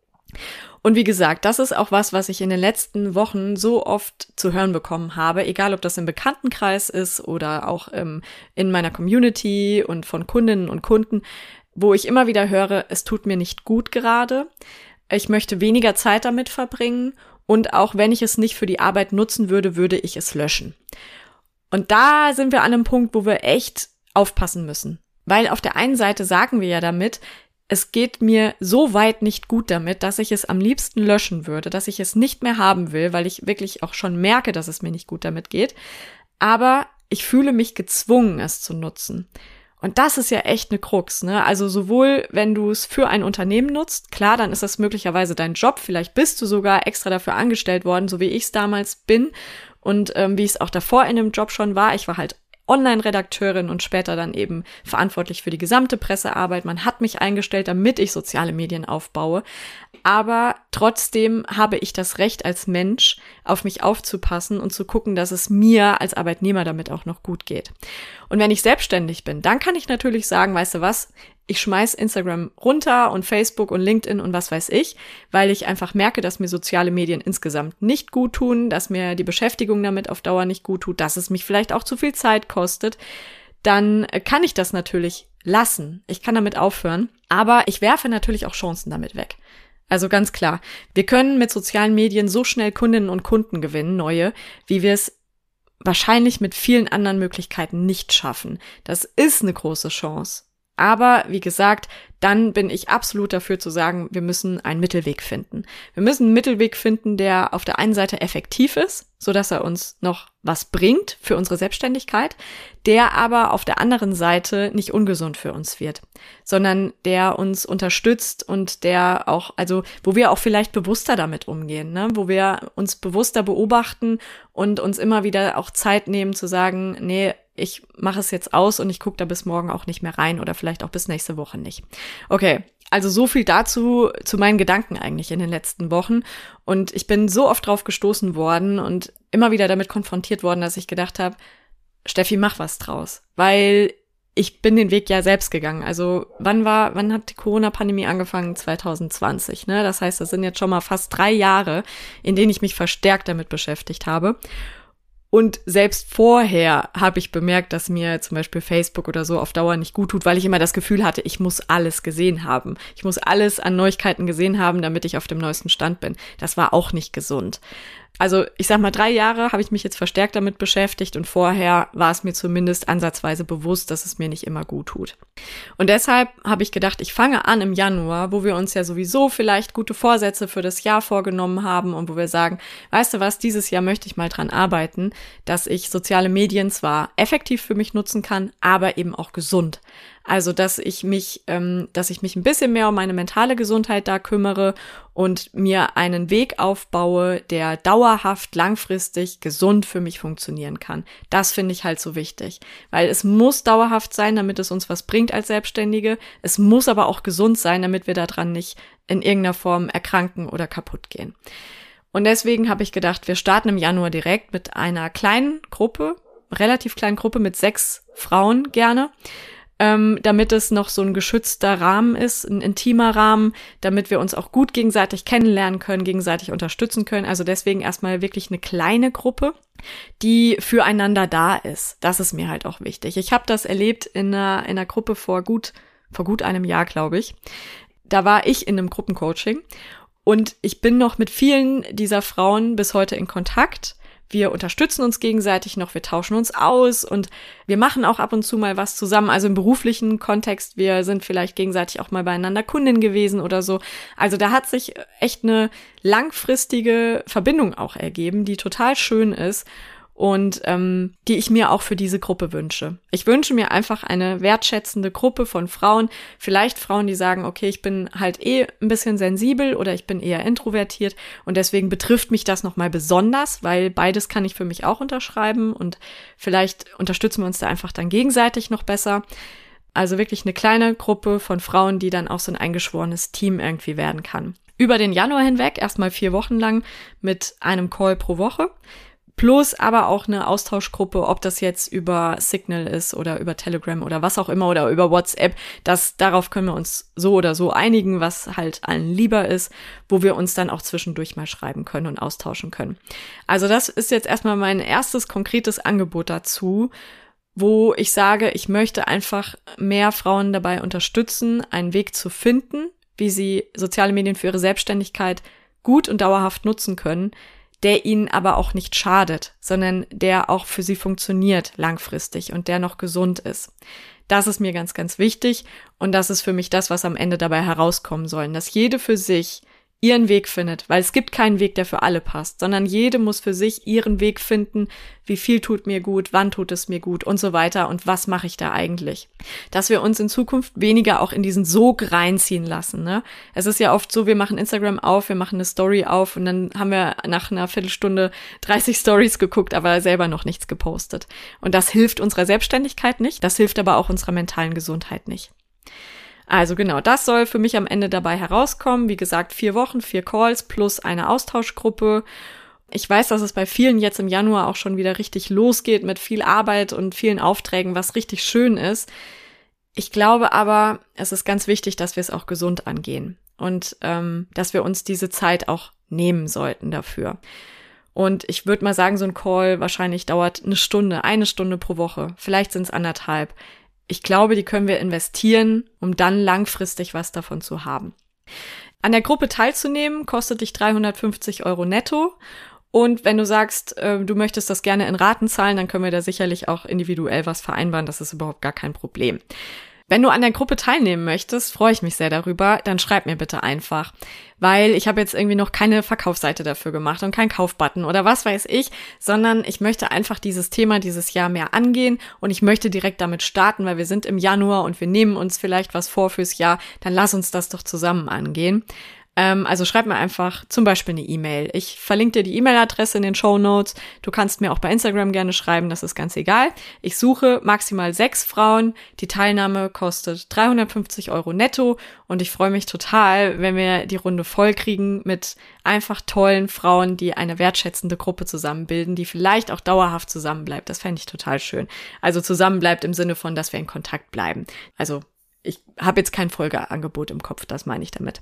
Und wie gesagt, das ist auch was, was ich in den letzten Wochen so oft zu hören bekommen habe, egal ob das im Bekanntenkreis ist oder auch ähm, in meiner Community und von Kundinnen und Kunden, wo ich immer wieder höre, es tut mir nicht gut gerade, ich möchte weniger Zeit damit verbringen und auch wenn ich es nicht für die Arbeit nutzen würde, würde ich es löschen. Und da sind wir an einem Punkt, wo wir echt aufpassen müssen. Weil auf der einen Seite sagen wir ja damit, es geht mir so weit nicht gut damit, dass ich es am liebsten löschen würde, dass ich es nicht mehr haben will, weil ich wirklich auch schon merke, dass es mir nicht gut damit geht. Aber ich fühle mich gezwungen, es zu nutzen. Und das ist ja echt eine Krux, ne? Also sowohl, wenn du es für ein Unternehmen nutzt, klar, dann ist das möglicherweise dein Job. Vielleicht bist du sogar extra dafür angestellt worden, so wie ich es damals bin und ähm, wie ich es auch davor in einem Job schon war. Ich war halt Online-Redakteurin und später dann eben verantwortlich für die gesamte Pressearbeit. Man hat mich eingestellt, damit ich soziale Medien aufbaue. Aber trotzdem habe ich das Recht als Mensch, auf mich aufzupassen und zu gucken, dass es mir als Arbeitnehmer damit auch noch gut geht. Und wenn ich selbstständig bin, dann kann ich natürlich sagen, weißt du was, ich schmeiß Instagram runter und Facebook und LinkedIn und was weiß ich, weil ich einfach merke, dass mir soziale Medien insgesamt nicht gut tun, dass mir die Beschäftigung damit auf Dauer nicht gut tut, dass es mich vielleicht auch zu viel Zeit kostet, dann kann ich das natürlich lassen. Ich kann damit aufhören, aber ich werfe natürlich auch Chancen damit weg. Also ganz klar, wir können mit sozialen Medien so schnell Kundinnen und Kunden gewinnen, neue, wie wir es wahrscheinlich mit vielen anderen Möglichkeiten nicht schaffen. Das ist eine große Chance. Aber wie gesagt, dann bin ich absolut dafür zu sagen, wir müssen einen Mittelweg finden. Wir müssen einen Mittelweg finden, der auf der einen Seite effektiv ist, sodass er uns noch was bringt für unsere Selbstständigkeit, der aber auf der anderen Seite nicht ungesund für uns wird, sondern der uns unterstützt und der auch, also wo wir auch vielleicht bewusster damit umgehen, ne? Wo wir uns bewusster beobachten und uns immer wieder auch Zeit nehmen zu sagen, nee, ich mache es jetzt aus und ich gucke da bis morgen auch nicht mehr rein oder vielleicht auch bis nächste Woche nicht. Okay, also so viel dazu, zu meinen Gedanken eigentlich in den letzten Wochen. Und ich bin so oft drauf gestoßen worden und immer wieder damit konfrontiert worden, dass ich gedacht habe, Steffi, mach was draus. Weil ich bin den Weg ja selbst gegangen. Also wann war, wann hat die Corona-Pandemie angefangen? zwanzig zwanzig, ne? Das heißt, das sind jetzt schon mal fast drei Jahre, in denen ich mich verstärkt damit beschäftigt habe. Und selbst vorher habe ich bemerkt, dass mir zum Beispiel Facebook oder so auf Dauer nicht gut tut, weil ich immer das Gefühl hatte, ich muss alles gesehen haben. Ich muss alles an Neuigkeiten gesehen haben, damit ich auf dem neuesten Stand bin. Das war auch nicht gesund. Also ich sag mal, drei Jahre habe ich mich jetzt verstärkt damit beschäftigt und vorher war es mir zumindest ansatzweise bewusst, dass es mir nicht immer gut tut. Und deshalb habe ich gedacht, ich fange an im Januar, wo wir uns ja sowieso vielleicht gute Vorsätze für das Jahr vorgenommen haben und wo wir sagen, weißt du was, dieses Jahr möchte ich mal dran arbeiten, dass ich soziale Medien zwar effektiv für mich nutzen kann, aber eben auch gesund. Also, dass ich mich, ähm, dass ich mich ein bisschen mehr um meine mentale Gesundheit da kümmere und mir einen Weg aufbaue, der dauerhaft, langfristig gesund für mich funktionieren kann. Das finde ich halt so wichtig, weil es muss dauerhaft sein, damit es uns was bringt als Selbstständige. Es muss aber auch gesund sein, damit wir daran nicht in irgendeiner Form erkranken oder kaputt gehen. Und deswegen habe ich gedacht, wir starten im Januar direkt mit einer kleinen Gruppe, relativ kleinen Gruppe mit sechs Frauen gerne, Ähm, damit es noch so ein geschützter Rahmen ist, ein intimer Rahmen, damit wir uns auch gut gegenseitig kennenlernen können, gegenseitig unterstützen können. Also deswegen erstmal wirklich eine kleine Gruppe, die füreinander da ist. Das ist mir halt auch wichtig. Ich habe das erlebt in einer, in einer Gruppe vor gut, vor gut einem Jahr, glaube ich. Da war ich in einem Gruppencoaching und ich bin noch mit vielen dieser Frauen bis heute in Kontakt, Wir unterstützen uns gegenseitig noch, wir tauschen uns aus und wir machen auch ab und zu mal was zusammen. Also im beruflichen Kontext, wir sind vielleicht gegenseitig auch mal beieinander Kundin gewesen oder so. Also da hat sich echt eine langfristige Verbindung auch ergeben, die total schön ist. Und ähm, die ich mir auch für diese Gruppe wünsche. Ich wünsche mir einfach eine wertschätzende Gruppe von Frauen, vielleicht Frauen, die sagen, okay, ich bin halt eh ein bisschen sensibel oder ich bin eher introvertiert und deswegen betrifft mich das nochmal besonders, weil beides kann ich für mich auch unterschreiben und vielleicht unterstützen wir uns da einfach dann gegenseitig noch besser. Also wirklich eine kleine Gruppe von Frauen, die dann auch so ein eingeschworenes Team irgendwie werden kann. Über den Januar hinweg, erstmal vier Wochen lang mit einem Call pro Woche. Plus aber auch eine Austauschgruppe, ob das jetzt über Signal ist oder über Telegram oder was auch immer oder über WhatsApp. Das, darauf können wir uns so oder so einigen, was halt allen lieber ist, wo wir uns dann auch zwischendurch mal schreiben können und austauschen können. Also das ist jetzt erstmal mein erstes konkretes Angebot dazu, wo ich sage, ich möchte einfach mehr Frauen dabei unterstützen, einen Weg zu finden, wie sie soziale Medien für ihre Selbstständigkeit gut und dauerhaft nutzen können, der ihnen aber auch nicht schadet, sondern der auch für sie funktioniert langfristig und der noch gesund ist. Das ist mir ganz, ganz wichtig und das ist für mich das, was am Ende dabei herauskommen soll, dass jede für sich ihren Weg findet, weil es gibt keinen Weg, der für alle passt, sondern jede muss für sich ihren Weg finden, wie viel tut mir gut, wann tut es mir gut und so weiter und was mache ich da eigentlich. Dass wir uns in Zukunft weniger auch in diesen Sog reinziehen lassen. Ne? Es ist ja oft so, wir machen Instagram auf, wir machen eine Story auf und dann haben wir nach einer Viertelstunde dreißig Stories geguckt, aber selber noch nichts gepostet. Und das hilft unserer Selbstständigkeit nicht, das hilft aber auch unserer mentalen Gesundheit nicht. Also genau, das soll für mich am Ende dabei herauskommen. Wie gesagt, vier Wochen, vier Calls plus eine Austauschgruppe. Ich weiß, dass es bei vielen jetzt im Januar auch schon wieder richtig losgeht mit viel Arbeit und vielen Aufträgen, was richtig schön ist. Ich glaube aber, es ist ganz wichtig, dass wir es auch gesund angehen und ähm, dass wir uns diese Zeit auch nehmen sollten dafür. Und ich würde mal sagen, so ein Call wahrscheinlich dauert eine Stunde, eine Stunde pro Woche. Vielleicht sind es anderthalb. Ich glaube, die können wir investieren, um dann langfristig was davon zu haben. An der Gruppe teilzunehmen, kostet dich dreihundertfünfzig Euro netto. Und wenn du sagst, äh, du möchtest das gerne in Raten zahlen, dann können wir da sicherlich auch individuell was vereinbaren. Das ist überhaupt gar kein Problem. Wenn du an der Gruppe teilnehmen möchtest, freue ich mich sehr darüber, dann schreib mir bitte einfach, weil ich habe jetzt irgendwie noch keine Verkaufsseite dafür gemacht und kein Kaufbutton oder was weiß ich, sondern ich möchte einfach dieses Thema dieses Jahr mehr angehen und ich möchte direkt damit starten, weil wir sind im Januar und wir nehmen uns vielleicht was vor fürs Jahr, dann lass uns das doch zusammen angehen. Also schreib mir einfach zum Beispiel eine E-Mail. Ich verlinke dir die E-Mail-Adresse in den Shownotes. Du kannst mir auch bei Instagram gerne schreiben, das ist ganz egal. Ich suche maximal sechs Frauen. Die Teilnahme kostet dreihundertfünfzig Euro netto und ich freue mich total, wenn wir die Runde voll kriegen mit einfach tollen Frauen, die eine wertschätzende Gruppe zusammenbilden, die vielleicht auch dauerhaft zusammenbleibt. Das fände ich total schön. Also zusammenbleibt im Sinne von, dass wir in Kontakt bleiben. Also ich habe jetzt kein Folgeangebot im Kopf, das meine ich damit.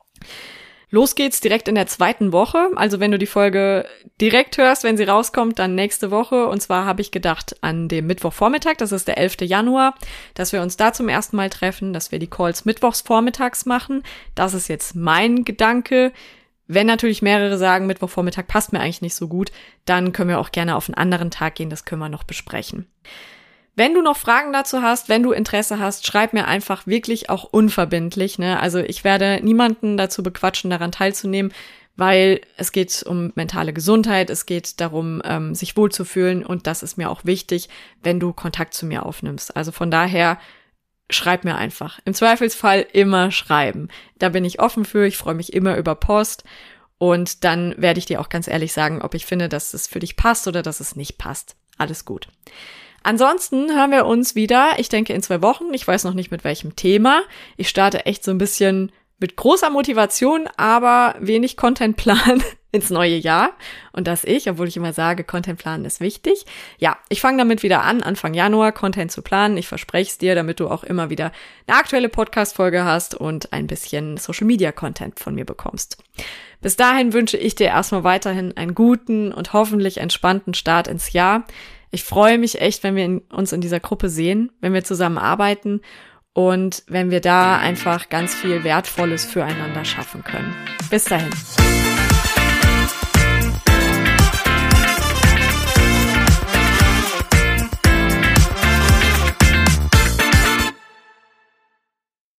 Los geht's direkt in der zweiten Woche. Also wenn du die Folge direkt hörst, wenn sie rauskommt, dann nächste Woche. Und zwar habe ich gedacht an dem Mittwochvormittag, das ist der elfte Januar, dass wir uns da zum ersten Mal treffen, dass wir die Calls mittwochs vormittags machen. Das ist jetzt mein Gedanke. Wenn natürlich mehrere sagen, Mittwochvormittag passt mir eigentlich nicht so gut, dann können wir auch gerne auf einen anderen Tag gehen. Das können wir noch besprechen. Wenn du noch Fragen dazu hast, wenn du Interesse hast, schreib mir einfach wirklich auch unverbindlich, ne? Also ich werde niemanden dazu bequatschen, daran teilzunehmen, weil es geht um mentale Gesundheit, es geht darum, ähm, sich wohlzufühlen und das ist mir auch wichtig, wenn du Kontakt zu mir aufnimmst. Also von daher schreib mir einfach. Im Zweifelsfall immer schreiben. Da bin ich offen für, ich freue mich immer über Post und dann werde ich dir auch ganz ehrlich sagen, ob ich finde, dass es für dich passt oder dass es nicht passt. Alles gut. Ansonsten hören wir uns wieder, ich denke in zwei Wochen, ich weiß noch nicht mit welchem Thema. Ich starte echt so ein bisschen mit großer Motivation, aber wenig Contentplan ins neue Jahr. Und das ich, obwohl ich immer sage, Contentplanen ist wichtig. Ja, ich fange damit wieder an, Anfang Januar Content zu planen. Ich verspreche es dir, damit du auch immer wieder eine aktuelle Podcast-Folge hast und ein bisschen Social-Media-Content von mir bekommst. Bis dahin wünsche ich dir erstmal weiterhin einen guten und hoffentlich entspannten Start ins Jahr. Ich freue mich echt, wenn wir in, uns in dieser Gruppe sehen, wenn wir zusammen arbeiten und wenn wir da einfach ganz viel Wertvolles füreinander schaffen können. Bis dahin.